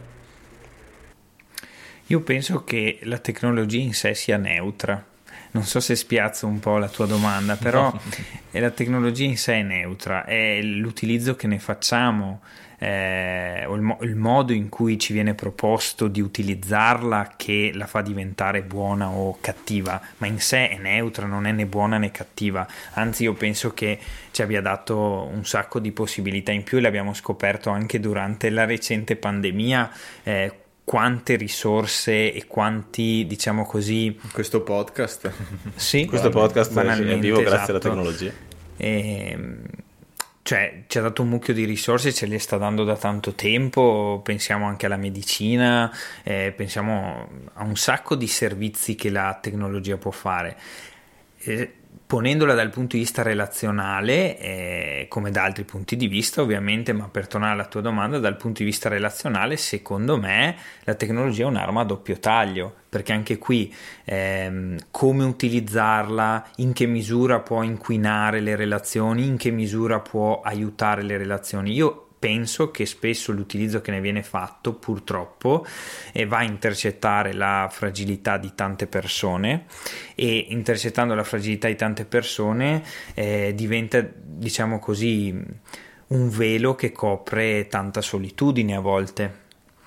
Io penso che la tecnologia in sé sia neutra. Non so se spiazzo un po' la tua domanda, però eh, la tecnologia in sé è neutra, è l'utilizzo che ne facciamo, eh, o il, mo- il modo in cui ci viene proposto di utilizzarla che la fa diventare buona o cattiva, ma in sé è neutra, non è né buona né cattiva. Anzi, io penso che ci abbia dato un sacco di possibilità in più, e l'abbiamo scoperto anche durante la recente pandemia. eh, quante risorse e quanti, diciamo così, Questo podcast. sì, Questo podcast è banalmente, vivo grazie alla esatto. tecnologia. E, cioè, ci ha dato un mucchio di risorse, ce le sta dando da tanto tempo. Pensiamo anche alla medicina, eh, pensiamo a un sacco di servizi che la tecnologia può fare. Eh, ponendola dal punto di vista relazionale, eh, come da altri punti di vista ovviamente, ma per tornare alla tua domanda, dal punto di vista relazionale, secondo me la tecnologia è un'arma a doppio taglio, perché anche qui ehm, come utilizzarla, in che misura può inquinare le relazioni, in che misura può aiutare le relazioni. Io penso che spesso l'utilizzo che ne viene fatto, purtroppo, eh, va a intercettare la fragilità di tante persone, e intercettando la fragilità di tante persone eh, diventa, diciamo così, un velo che copre tanta solitudine a volte.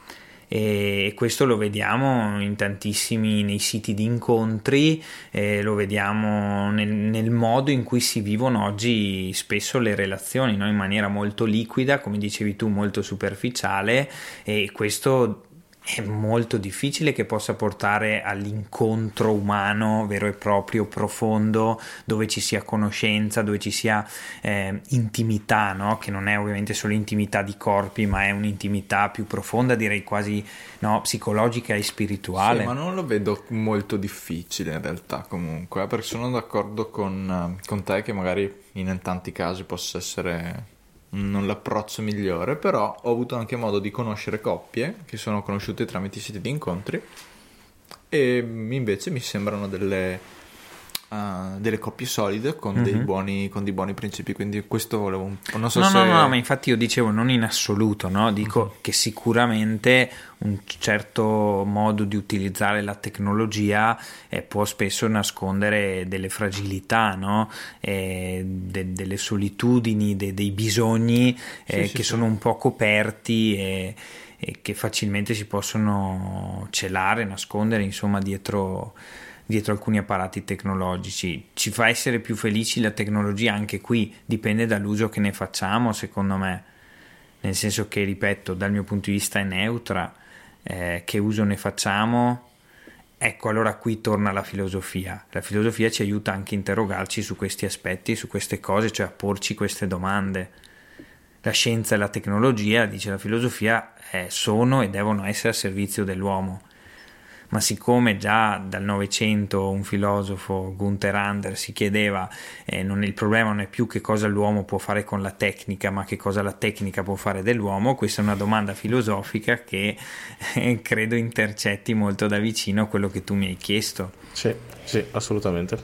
E questo lo vediamo in tantissimi nei siti di incontri, eh, lo vediamo nel, nel modo in cui si vivono oggi spesso le relazioni, no? In maniera molto liquida, come dicevi tu, molto superficiale, e questo è molto difficile che possa portare all'incontro umano vero e proprio, profondo, dove ci sia conoscenza, dove ci sia eh, intimità, no? Che non è ovviamente solo intimità di corpi, ma è un'intimità più profonda, direi quasi, no, psicologica e spirituale. Sì, ma non lo vedo molto difficile in realtà, comunque, eh, perché sono d'accordo con, con te che magari in tanti casi possa essere non l'approccio migliore, però ho avuto anche modo di conoscere coppie che sono conosciute tramite i siti di incontri, e invece mi sembrano delle uh, delle coppie solide con, mm-hmm. dei buoni, con dei buoni principi, quindi questo volevo un po', non so no, se... no, no, ma infatti io dicevo non in assoluto, no? Dico mm-hmm. che sicuramente un certo modo di utilizzare la tecnologia eh, può spesso nascondere delle fragilità, no? Eh, de- delle solitudini, de- dei bisogni eh, sì, sì, che sì. sono un po' coperti e, e che facilmente si possono celare, nascondere, insomma, dietro, dietro alcuni apparati tecnologici. Ci fa essere più felici la tecnologia, anche qui dipende dall'uso che ne facciamo, secondo me, nel senso che, ripeto, dal mio punto di vista è neutra. Eh, che uso ne facciamo? Ecco, allora qui torna la filosofia. La filosofia ci aiuta anche a interrogarci su questi aspetti, su queste cose, cioè a porci queste domande. La scienza e la tecnologia, dice la filosofia, eh, sono e devono essere a servizio dell'uomo. Ma siccome già dal Novecento un filosofo, Gunther Anders, si chiedeva eh, non, il problema non è più che cosa l'uomo può fare con la tecnica, ma che cosa la tecnica può fare dell'uomo, questa è una domanda filosofica che eh, credo intercetti molto da vicino quello che tu mi hai chiesto. Sì, sì, assolutamente.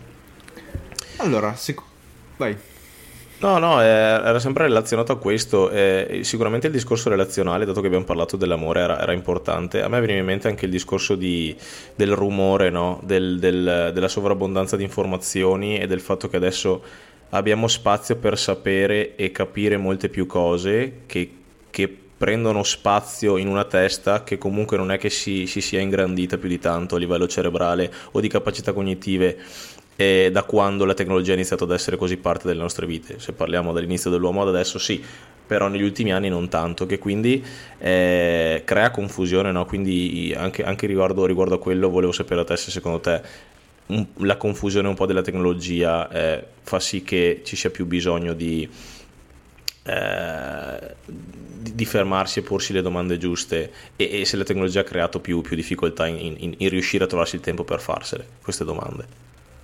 Allora, sic- vai. No, no, era sempre relazionato a questo. Eh, sicuramente il discorso relazionale, dato che abbiamo parlato dell'amore, era, era importante. A me veniva in mente anche il discorso di, del rumore, no? del, del, della sovrabbondanza di informazioni e del fatto che adesso abbiamo spazio per sapere e capire molte più cose che, che prendono spazio in una testa che comunque non è che si, si sia ingrandita più di tanto a livello cerebrale o di capacità cognitive. E da quando la tecnologia ha iniziato ad essere così parte delle nostre vite, se parliamo dall'inizio dell'uomo ad adesso sì, però negli ultimi anni non tanto, che quindi eh, crea confusione, no? Quindi anche, anche riguardo, riguardo a quello volevo sapere da te se secondo te un, la confusione un po' della tecnologia eh, fa sì che ci sia più bisogno di, eh, di, di fermarsi e porsi le domande giuste e, e se la tecnologia ha creato più, più difficoltà in, in, in riuscire a trovarsi il tempo per farsele queste domande.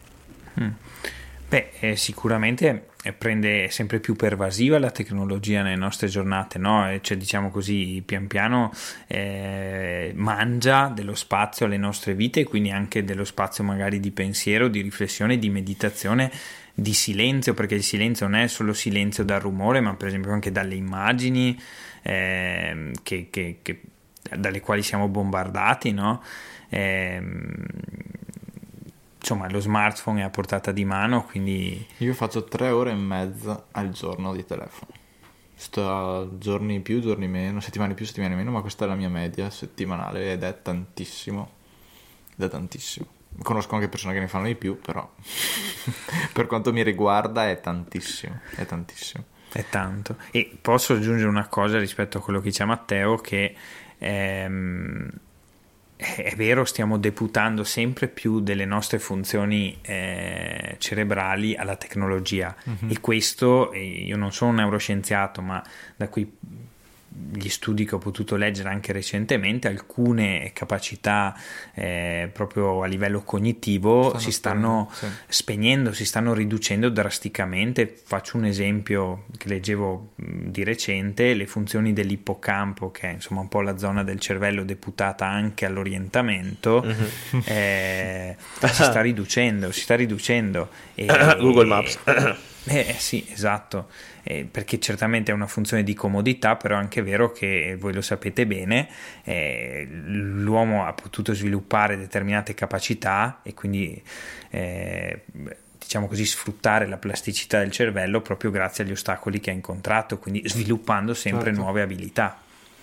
Beh, eh, sicuramente prende sempre più pervasiva la tecnologia nelle nostre giornate, no? Cioè, diciamo così, pian piano eh, mangia dello spazio alle nostre vite e quindi anche dello spazio magari di pensiero, di riflessione, di meditazione, di silenzio, perché il silenzio non è solo silenzio dal rumore, ma per esempio anche dalle immagini eh, che, che, che, dalle quali siamo bombardati, no? Eh, Insomma, lo smartphone è a portata di mano, quindi... Io faccio tre ore e mezza al giorno di telefono. Sto giorni più, giorni meno, settimane più, settimane meno, ma questa è la mia media settimanale ed è tantissimo. Ed è tantissimo. Conosco anche persone che ne fanno di più, però per quanto mi riguarda è tantissimo, è tantissimo. È tanto. E posso aggiungere una cosa rispetto a quello che dice Matteo, che... Ehm, è vero, stiamo deputando sempre più delle nostre funzioni eh, cerebrali alla tecnologia, mm-hmm. e questo, io non sono un neuroscienziato, ma da qui gli studi che ho potuto leggere anche recentemente, alcune capacità eh, proprio a livello cognitivo stanno si stanno spegnendo, sì. spegnendo, si stanno riducendo drasticamente. Faccio un esempio che leggevo di recente: le funzioni dell'ippocampo, che è insomma un po' la zona del cervello deputata anche all'orientamento, mm-hmm. eh, si sta riducendo, si sta riducendo. E, Google Maps. Eh, sì, esatto, eh, perché certamente è una funzione di comodità, però è anche vero che, voi lo sapete bene, eh, l'uomo ha potuto sviluppare determinate capacità e quindi eh, diciamo così sfruttare la plasticità del cervello proprio grazie agli ostacoli che ha incontrato, quindi sviluppando sempre certo. nuove abilità.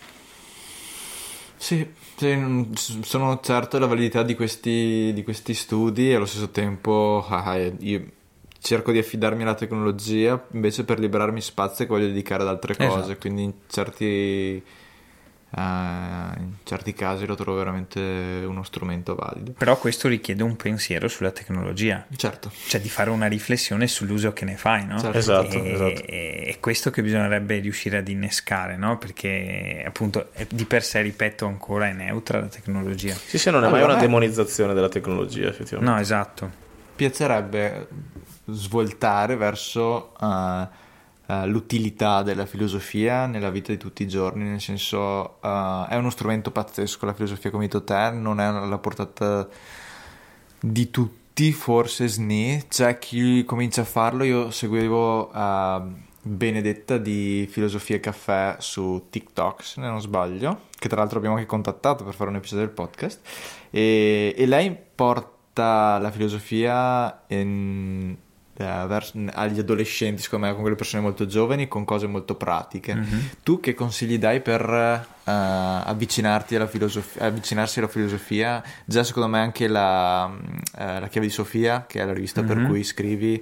Sì, sì, sono certo della validità di questi, di questi studi, e allo stesso tempo ah, io cerco di affidarmi alla tecnologia invece per liberarmi spazio che voglio dedicare ad altre cose, esatto. Quindi in certi, uh, in certi casi lo trovo veramente uno strumento valido. Però questo richiede un pensiero sulla tecnologia, certo, cioè di fare una riflessione sull'uso che ne fai, no? Certo. Esatto, e, esatto. È questo che bisognerebbe riuscire ad innescare, no? Perché appunto di per sé, ripeto ancora, è neutra la tecnologia. Sì, sì, non è allora, mai una demonizzazione della tecnologia, effettivamente. No, esatto. Piacerebbe svoltare verso uh, uh, l'utilità della filosofia nella vita di tutti i giorni, nel senso uh, è uno strumento pazzesco la filosofia, come hai detto te, non è alla portata di tutti tutti forse S N I, c'è chi comincia a farlo. Io seguivo uh, Benedetta di Filosofia e Caffè su TikTok, se non sbaglio, che tra l'altro abbiamo anche contattato per fare un episodio del podcast, e, e lei porta la filosofia in, uh, verso, agli adolescenti, secondo me, con quelle persone molto giovani, con cose molto pratiche. Mm-hmm. Tu che consigli dai per uh, avvicinarti alla filosofia, avvicinarsi alla filosofia? Già secondo me anche la, uh, la Chiave di Sofia, che è la rivista mm-hmm. per cui scrivi,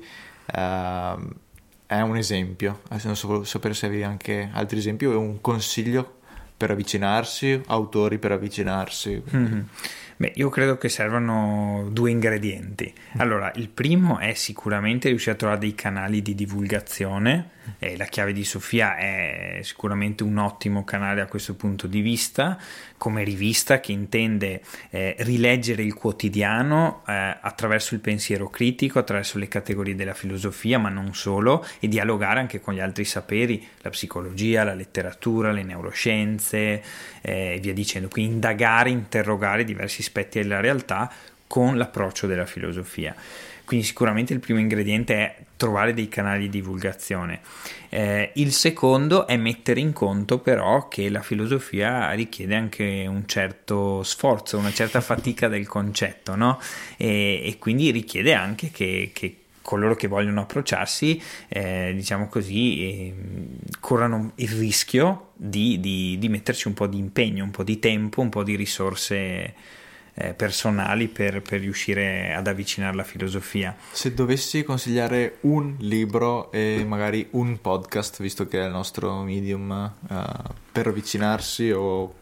uh, è un esempio. Adesso non so sapere se avevi anche altri esempi o un consiglio per avvicinarsi, autori per avvicinarsi. Mm-hmm. Beh, io credo che servano due ingredienti. Allora, il primo è sicuramente riuscire a trovare dei canali di divulgazione, e la Chiave di Sofia è sicuramente un ottimo canale da questo punto di vista, come rivista che intende eh, rileggere il quotidiano eh, attraverso il pensiero critico, attraverso le categorie della filosofia, ma non solo, e dialogare anche con gli altri saperi, la psicologia, la letteratura, le neuroscienze e eh, via dicendo. Quindi indagare, interrogare diversi aspetti della realtà con l'approccio della filosofia. Quindi sicuramente il primo ingrediente è trovare dei canali di divulgazione. Eh, il secondo è mettere in conto però che la filosofia richiede anche un certo sforzo, una certa fatica del concetto, no? E, e quindi richiede anche che, che coloro che vogliono approcciarsi, eh, diciamo così, eh, corrano il rischio di, di, di metterci un po' di impegno, un po' di tempo, un po' di risorse Eh, personali per, per riuscire ad avvicinare la filosofia. Se dovessi consigliare un libro e magari un podcast, visto che è il nostro medium, uh, per avvicinarsi o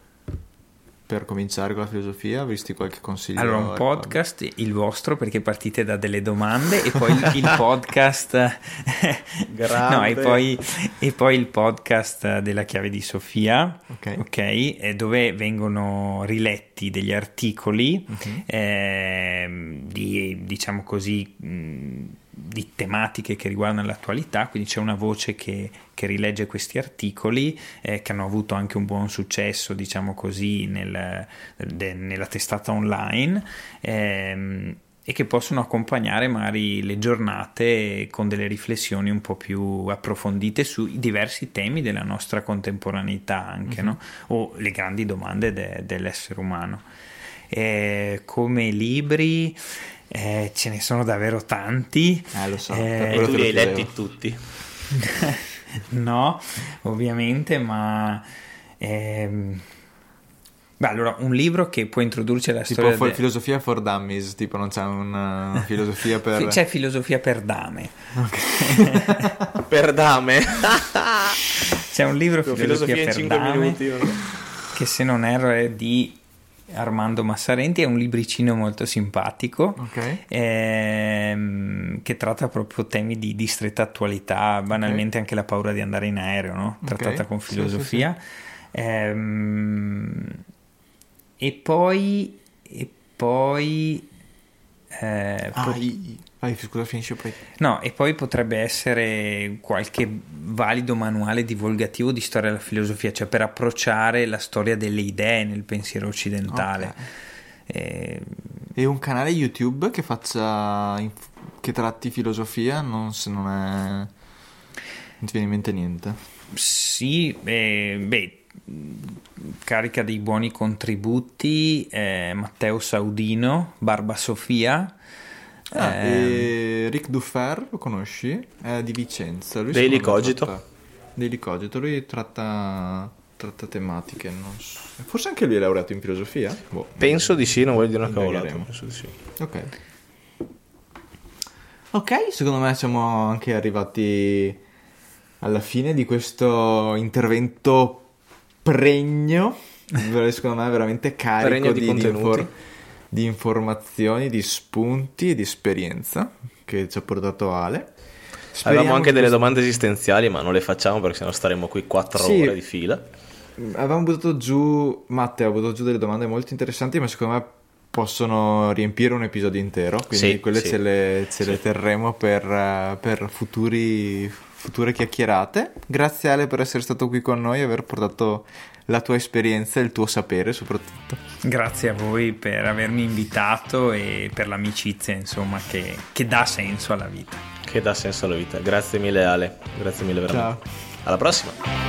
per cominciare con la filosofia, avresti qualche consiglio? Allora, un podcast, ecco, il vostro, perché partite da delle domande, e poi il, il podcast no, e poi, e poi il podcast della Chiave di Sofia, ok, okay, dove vengono riletti degli articoli uh-huh. eh, di, diciamo così, mh, di tematiche che riguardano l'attualità, quindi c'è una voce che, che rilegge questi articoli eh, che hanno avuto anche un buon successo, diciamo così, nel, de, nella testata online, ehm, e che possono accompagnare magari le giornate con delle riflessioni un po' più approfondite sui diversi temi della nostra contemporaneità anche, mm-hmm. no? O le grandi domande de, dell'essere umano. Eh, come libri Eh, ce ne sono davvero tanti. Eh, lo so. Eh, tu li hai letti tutti? No, ovviamente, ma ehm... beh, allora, un libro che può introdurci alla tipo storia for, de... filosofia for dummies, tipo non c'è una, una filosofia per c'è filosofia per dame. Okay. Per dame. C'è un libro filosofia, filosofia per in dame minuti, che, se non erro, è di Armando Massarenti. È un libricino molto simpatico, okay. ehm, che tratta proprio temi di, di stretta attualità, banalmente okay. anche la paura di andare in aereo, no? Trattata okay. con filosofia. Sì, sì, sì. Ehm, e poi e poi eh, ah, pot- i, vai, scusa, finisce poi. No, e poi potrebbe essere qualche valido manuale divulgativo di storia della filosofia, cioè per approcciare la storia delle idee nel pensiero occidentale. Okay. E... e un canale YouTube che faccia che tratti filosofia, non se non è non ti viene in mente niente? Sì, eh, beh, carica dei buoni contributi eh, Matteo Saudino, Barba Sofia. Ah, eh, e Ric Dufer, lo conosci? È di Vicenza. Lui Daily Cogito. Tratta, Daily Cogito, lui tratta, tratta tematiche. Non so. Forse anche lui è laureato in filosofia? Boh, penso di sì, non voglio dire una cavolata. Penso di sì. Ok. Ok, secondo me siamo anche arrivati alla fine di questo intervento pregno, secondo me veramente carico di, di, contenuti. di, infor- di informazioni, di spunti e di esperienza che ci ha portato Ale. Speriamo Avevamo anche delle domande esistenziali, ma non le facciamo perché sennò staremo qui quattro sì, ore di fila. Avevamo buttato giù, Matteo ha buttato giù delle domande molto interessanti, ma secondo me possono riempire un episodio intero, quindi sì, quelle sì. ce, le, ce sì. le terremo per, per futuri future chiacchierate. Grazie Ale per essere stato qui con noi e aver portato la tua esperienza e il tuo sapere soprattutto. Grazie a voi per avermi invitato e per l'amicizia, insomma, che, che dà senso alla vita. Che dà senso alla vita. Grazie mille Ale, grazie mille veramente. Ciao. Alla prossima.